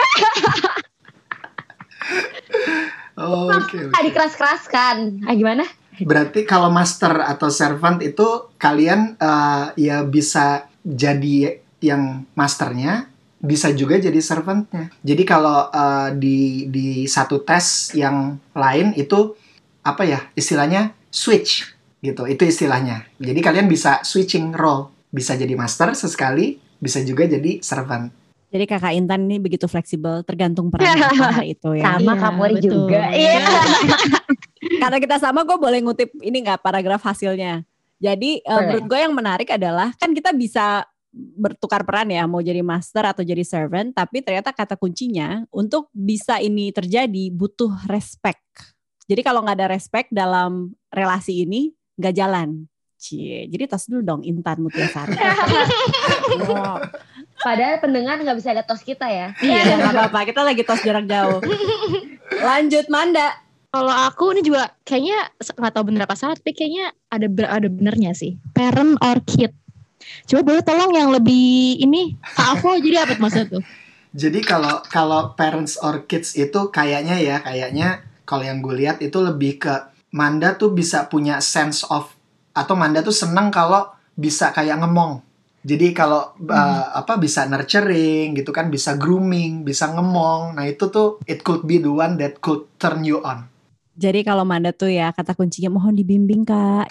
Speaker 4: Oh, oke. Okay, okay.
Speaker 6: Dikeras-keraskan. Ah, gimana?
Speaker 4: Berarti kalau master atau servant itu kalian uh, ya bisa jadi yang masternya, bisa juga jadi servantnya. Jadi kalau uh, di di satu tes yang lain itu apa ya istilahnya switch gitu. Itu istilahnya. Jadi kalian bisa switching role, bisa jadi master sesekali, bisa juga jadi servant.
Speaker 2: Jadi kakak Intan ini begitu fleksibel, tergantung peran itu ya.
Speaker 6: Sama
Speaker 5: iya,
Speaker 6: Kapolri juga.
Speaker 2: Iya. Karena kita sama, gue boleh ngutip ini nggak paragraf hasilnya. Jadi uh, menurut gue yang menarik adalah kan kita bisa bertukar peran ya, mau jadi master atau jadi servant, tapi ternyata kata kuncinya untuk bisa ini terjadi butuh respect. Jadi kalau nggak ada respect dalam relasi ini nggak jalan. Cie, jadi tos dulu dong Intan Mutiasari. Wow.
Speaker 6: Padahal pendengar nggak bisa lihat tos kita ya.
Speaker 2: Iya, nggak apa-apa. Kita lagi tos jarak jauh. Lanjut Manda.
Speaker 5: Kalau aku ini juga kayaknya nggak tahu bener apa salah, tapi kayaknya ada ada benernya sih. Parent or kid. Coba boleh tolong yang lebih ini Kak Avo jadi apa maksudnya tuh?
Speaker 4: Jadi kalau kalau parents or kids itu kayaknya ya kayaknya kalau yang gue lihat itu lebih ke Manda tuh bisa punya sense of atau Manda tuh seneng kalau bisa kayak ngemong. Jadi kalau hmm. uh, apa bisa nurturing gitu kan, bisa grooming, bisa ngemong. Nah itu tuh it could be the one that could turn you on.
Speaker 2: Jadi kalau Manda tuh ya kata kuncinya mohon dibimbing Kak.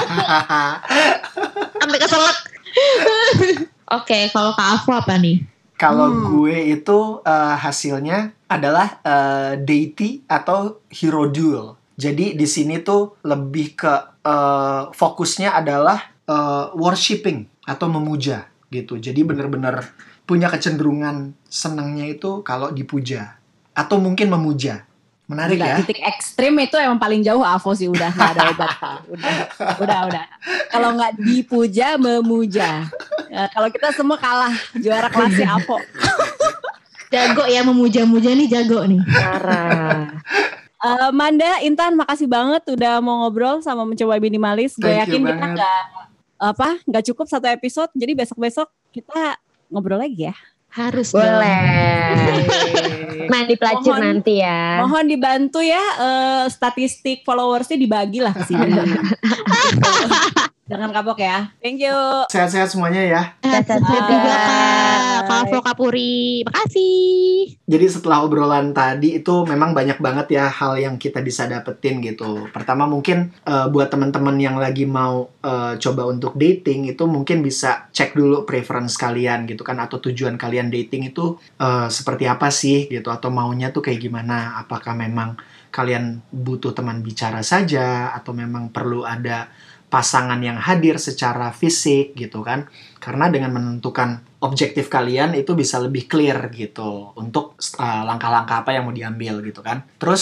Speaker 5: Sampai keselak. Oke, kalau Kak Avo apa nih?
Speaker 4: Kalau
Speaker 2: hmm.
Speaker 4: gue itu uh, hasilnya adalah uh, deity atau hero duel. Jadi di sini tuh lebih ke uh, fokusnya adalah uh, worshipping atau memuja gitu. Jadi benar-benar punya kecenderungan senangnya itu kalau dipuja atau mungkin memuja. Menarik
Speaker 2: udah,
Speaker 4: ya.
Speaker 2: Titik ekstrim itu emang paling jauh Avo sih udah nggak ada obat. udah, udah, udah. Kalau nggak dipuja, memuja. Ya, kalau kita semua kalah juara kelasnya Avo.
Speaker 5: Jago ya memuja-muja nih jago nih.
Speaker 6: Parah.
Speaker 2: uh, Manda, Intan, makasih banget udah mau ngobrol sama Mencoba Minimalis. Gue yakin kita nggak apa nggak cukup satu episode, jadi besok-besok kita ngobrol lagi ya.
Speaker 5: Harus
Speaker 6: boleh. Mandi pelacur mohon, nanti ya.
Speaker 2: Mohon dibantu ya uh, statistik followersnya dibagi lah ke sini. Jangan kapok ya. Thank you.
Speaker 4: Sehat-sehat semuanya ya.
Speaker 5: Sehat-sehat juga Kak. Kak Avo, Kak Puri. Makasih.
Speaker 4: Jadi setelah obrolan tadi itu memang banyak banget ya hal yang kita bisa dapetin gitu. Pertama mungkin uh, buat teman-teman yang lagi mau uh, coba untuk dating itu mungkin bisa cek dulu preference kalian gitu kan, atau tujuan kalian dating itu uh, seperti apa sih gitu, atau maunya tuh kayak gimana. Apakah memang kalian butuh teman bicara saja atau memang perlu ada pasangan yang hadir secara fisik gitu kan. Karena dengan menentukan objektif kalian itu bisa lebih clear gitu untuk uh, langkah-langkah apa yang mau diambil gitu kan. Terus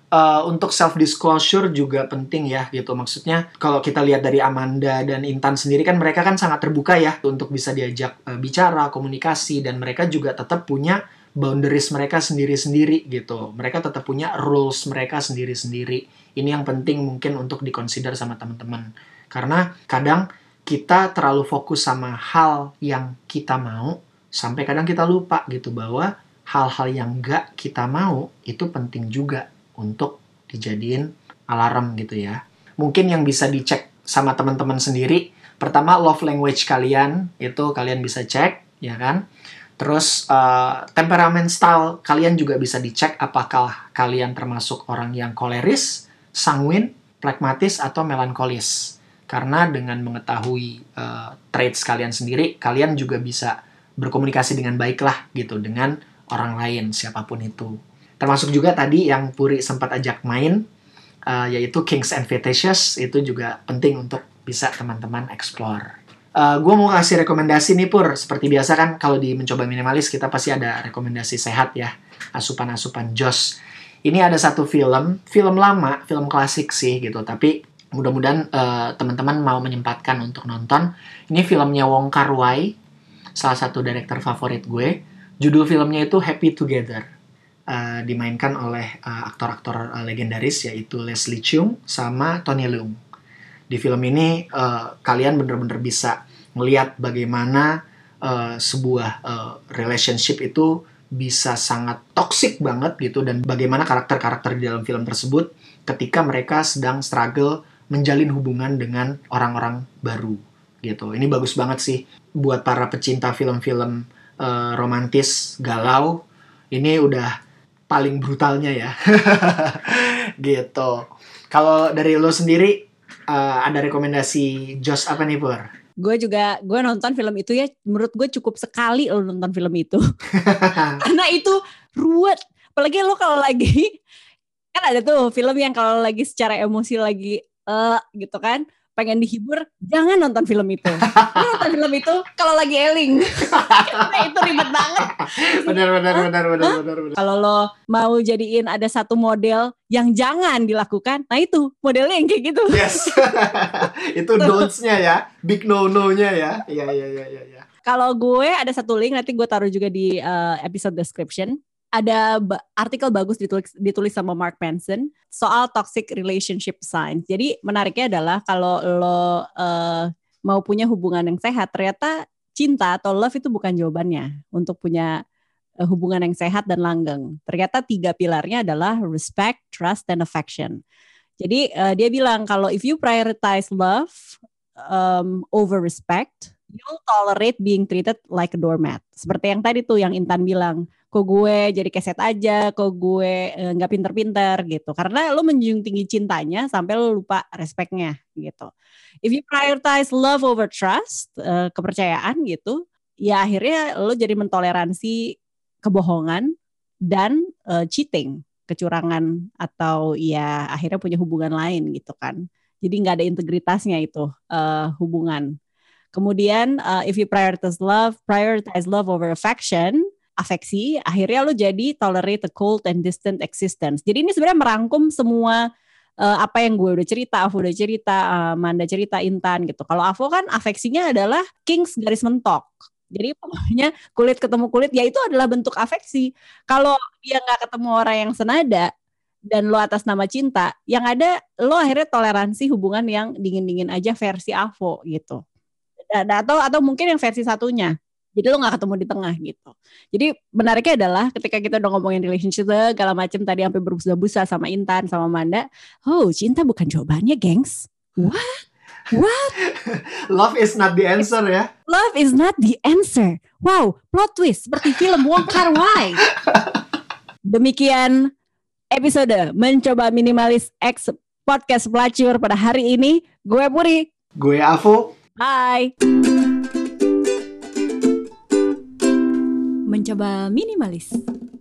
Speaker 4: uh, untuk self disclosure juga penting ya gitu. Maksudnya kalau kita lihat dari Amanda dan Intan sendiri kan mereka kan sangat terbuka ya untuk bisa diajak uh, bicara, komunikasi, dan mereka juga tetap punya boundaries mereka sendiri-sendiri gitu. Mereka tetap punya rules mereka sendiri-sendiri. Ini yang penting mungkin untuk dikonsider sama teman-teman. Karena kadang kita terlalu fokus sama hal yang kita mau, sampai kadang kita lupa gitu bahwa hal-hal yang nggak kita mau itu penting juga untuk dijadiin alarm gitu ya. Mungkin yang bisa dicek sama teman-teman sendiri, pertama love language kalian, itu kalian bisa cek, ya kan? Terus uh, temperamen style kalian juga bisa dicek apakah kalian termasuk orang yang koleris, sanguin, pragmatis, atau melankolis. Karena dengan mengetahui uh, traits kalian sendiri, kalian juga bisa berkomunikasi dengan baik lah gitu dengan orang lain, siapapun itu. Termasuk juga tadi yang Puri sempat ajak main, uh, yaitu Kinks and Fetishes, itu juga penting untuk bisa teman-teman explore. Uh, gue mau kasih rekomendasi nih Pur, seperti biasa kan kalau di Mencoba Minimalis kita pasti ada rekomendasi sehat ya, asupan-asupan jos. Ini ada satu film, film lama, film klasik sih gitu, tapi mudah-mudahan uh, teman-teman mau menyempatkan untuk nonton. Ini filmnya Wong Kar-wai, salah satu director favorit gue. Judul filmnya itu Happy Together. Uh, dimainkan oleh uh, aktor-aktor uh, legendaris yaitu Leslie Cheung sama Tony Leung. Di film ini uh, kalian bener-bener bisa melihat bagaimana uh, sebuah uh, relationship itu bisa sangat toxic banget gitu, dan bagaimana karakter-karakter di dalam film tersebut ketika mereka sedang struggle menjalin hubungan dengan orang-orang baru gitu. Ini bagus banget sih buat para pecinta film-film uh, romantis galau. Ini udah paling brutalnya ya. Gitu. Kalau dari lo sendiri uh, ada rekomendasi Jos apa nih Pur?
Speaker 2: Gue juga, gue nonton film itu ya, menurut gue cukup sekali lo nonton film itu. Karena itu ruwet. Apalagi lo kalau lagi, kan ada tuh film yang kalau lagi secara emosi lagi Uh, gitu kan, pengen dihibur, jangan nonton film itu. Nonton film itu kalau lagi eling. Karena itu ribet banget.
Speaker 4: Benar benar benar benar benar.
Speaker 2: Kalau lo mau jadiin ada satu model yang jangan dilakukan, nah itu modelnya yang kayak gitu.
Speaker 4: Yes. Itu don'ts-nya ya, big no-no-nya ya. Iya iya iya iya ya.
Speaker 2: Kalau gue ada satu link, nanti gue taruh juga di uh, episode description. Ada ba- artikel bagus ditulis, ditulis sama Mark Manson soal toxic relationship signs. Jadi menariknya adalah kalau lo uh, mau punya hubungan yang sehat, ternyata cinta atau love itu bukan jawabannya untuk punya uh, hubungan yang sehat dan langgeng. Ternyata tiga pilarnya adalah respect, trust, and affection. Jadi uh, dia bilang kalau if you prioritize love um, over respect, you'll tolerate being treated like a doormat. Seperti yang tadi tuh yang Intan bilang, kok gue jadi keset aja, kok gue nggak e, pinter-pinter gitu. Karena lo menjunjung tinggi cintanya sampai lo lupa respectnya gitu. If you prioritize love over trust, e, kepercayaan gitu, ya akhirnya lo jadi mentoleransi kebohongan dan e, cheating, kecurangan, atau ya akhirnya punya hubungan lain gitu kan. Jadi nggak ada integritasnya itu e, hubungan. Kemudian uh, if you prioritize love, prioritize love over affection, afeksi, akhirnya lo jadi tolerate the cold and distant existence. Jadi ini sebenarnya merangkum semua uh, apa yang gue udah cerita, Avo udah cerita, uh, Manda cerita, Intan gitu. Kalau Avo kan afeksinya adalah Kings garis mentok. Jadi pokoknya kulit ketemu kulit, ya itu adalah bentuk afeksi. Kalau dia nggak ketemu orang yang senada dan lo atas nama cinta, yang ada lo akhirnya toleransi hubungan yang dingin-dingin aja versi Avo gitu. Atau atau mungkin yang versi satunya, jadi lo nggak ketemu di tengah gitu. Jadi menariknya adalah ketika kita udah ngomongin relationship segala macam tadi sampai berbusa-busa sama Intan sama Manda, oh cinta bukan jawabannya, gengs. What? What?
Speaker 4: Love is not the answer ya.
Speaker 2: Love is not the answer. Wow, plot twist seperti film Wong Kar-wai. Demikian episode Mencoba Minimalis X Podcast Pelacur pada hari ini. Gue Puri.
Speaker 4: Gue Avo.
Speaker 2: Bye. Mencoba Minimalis.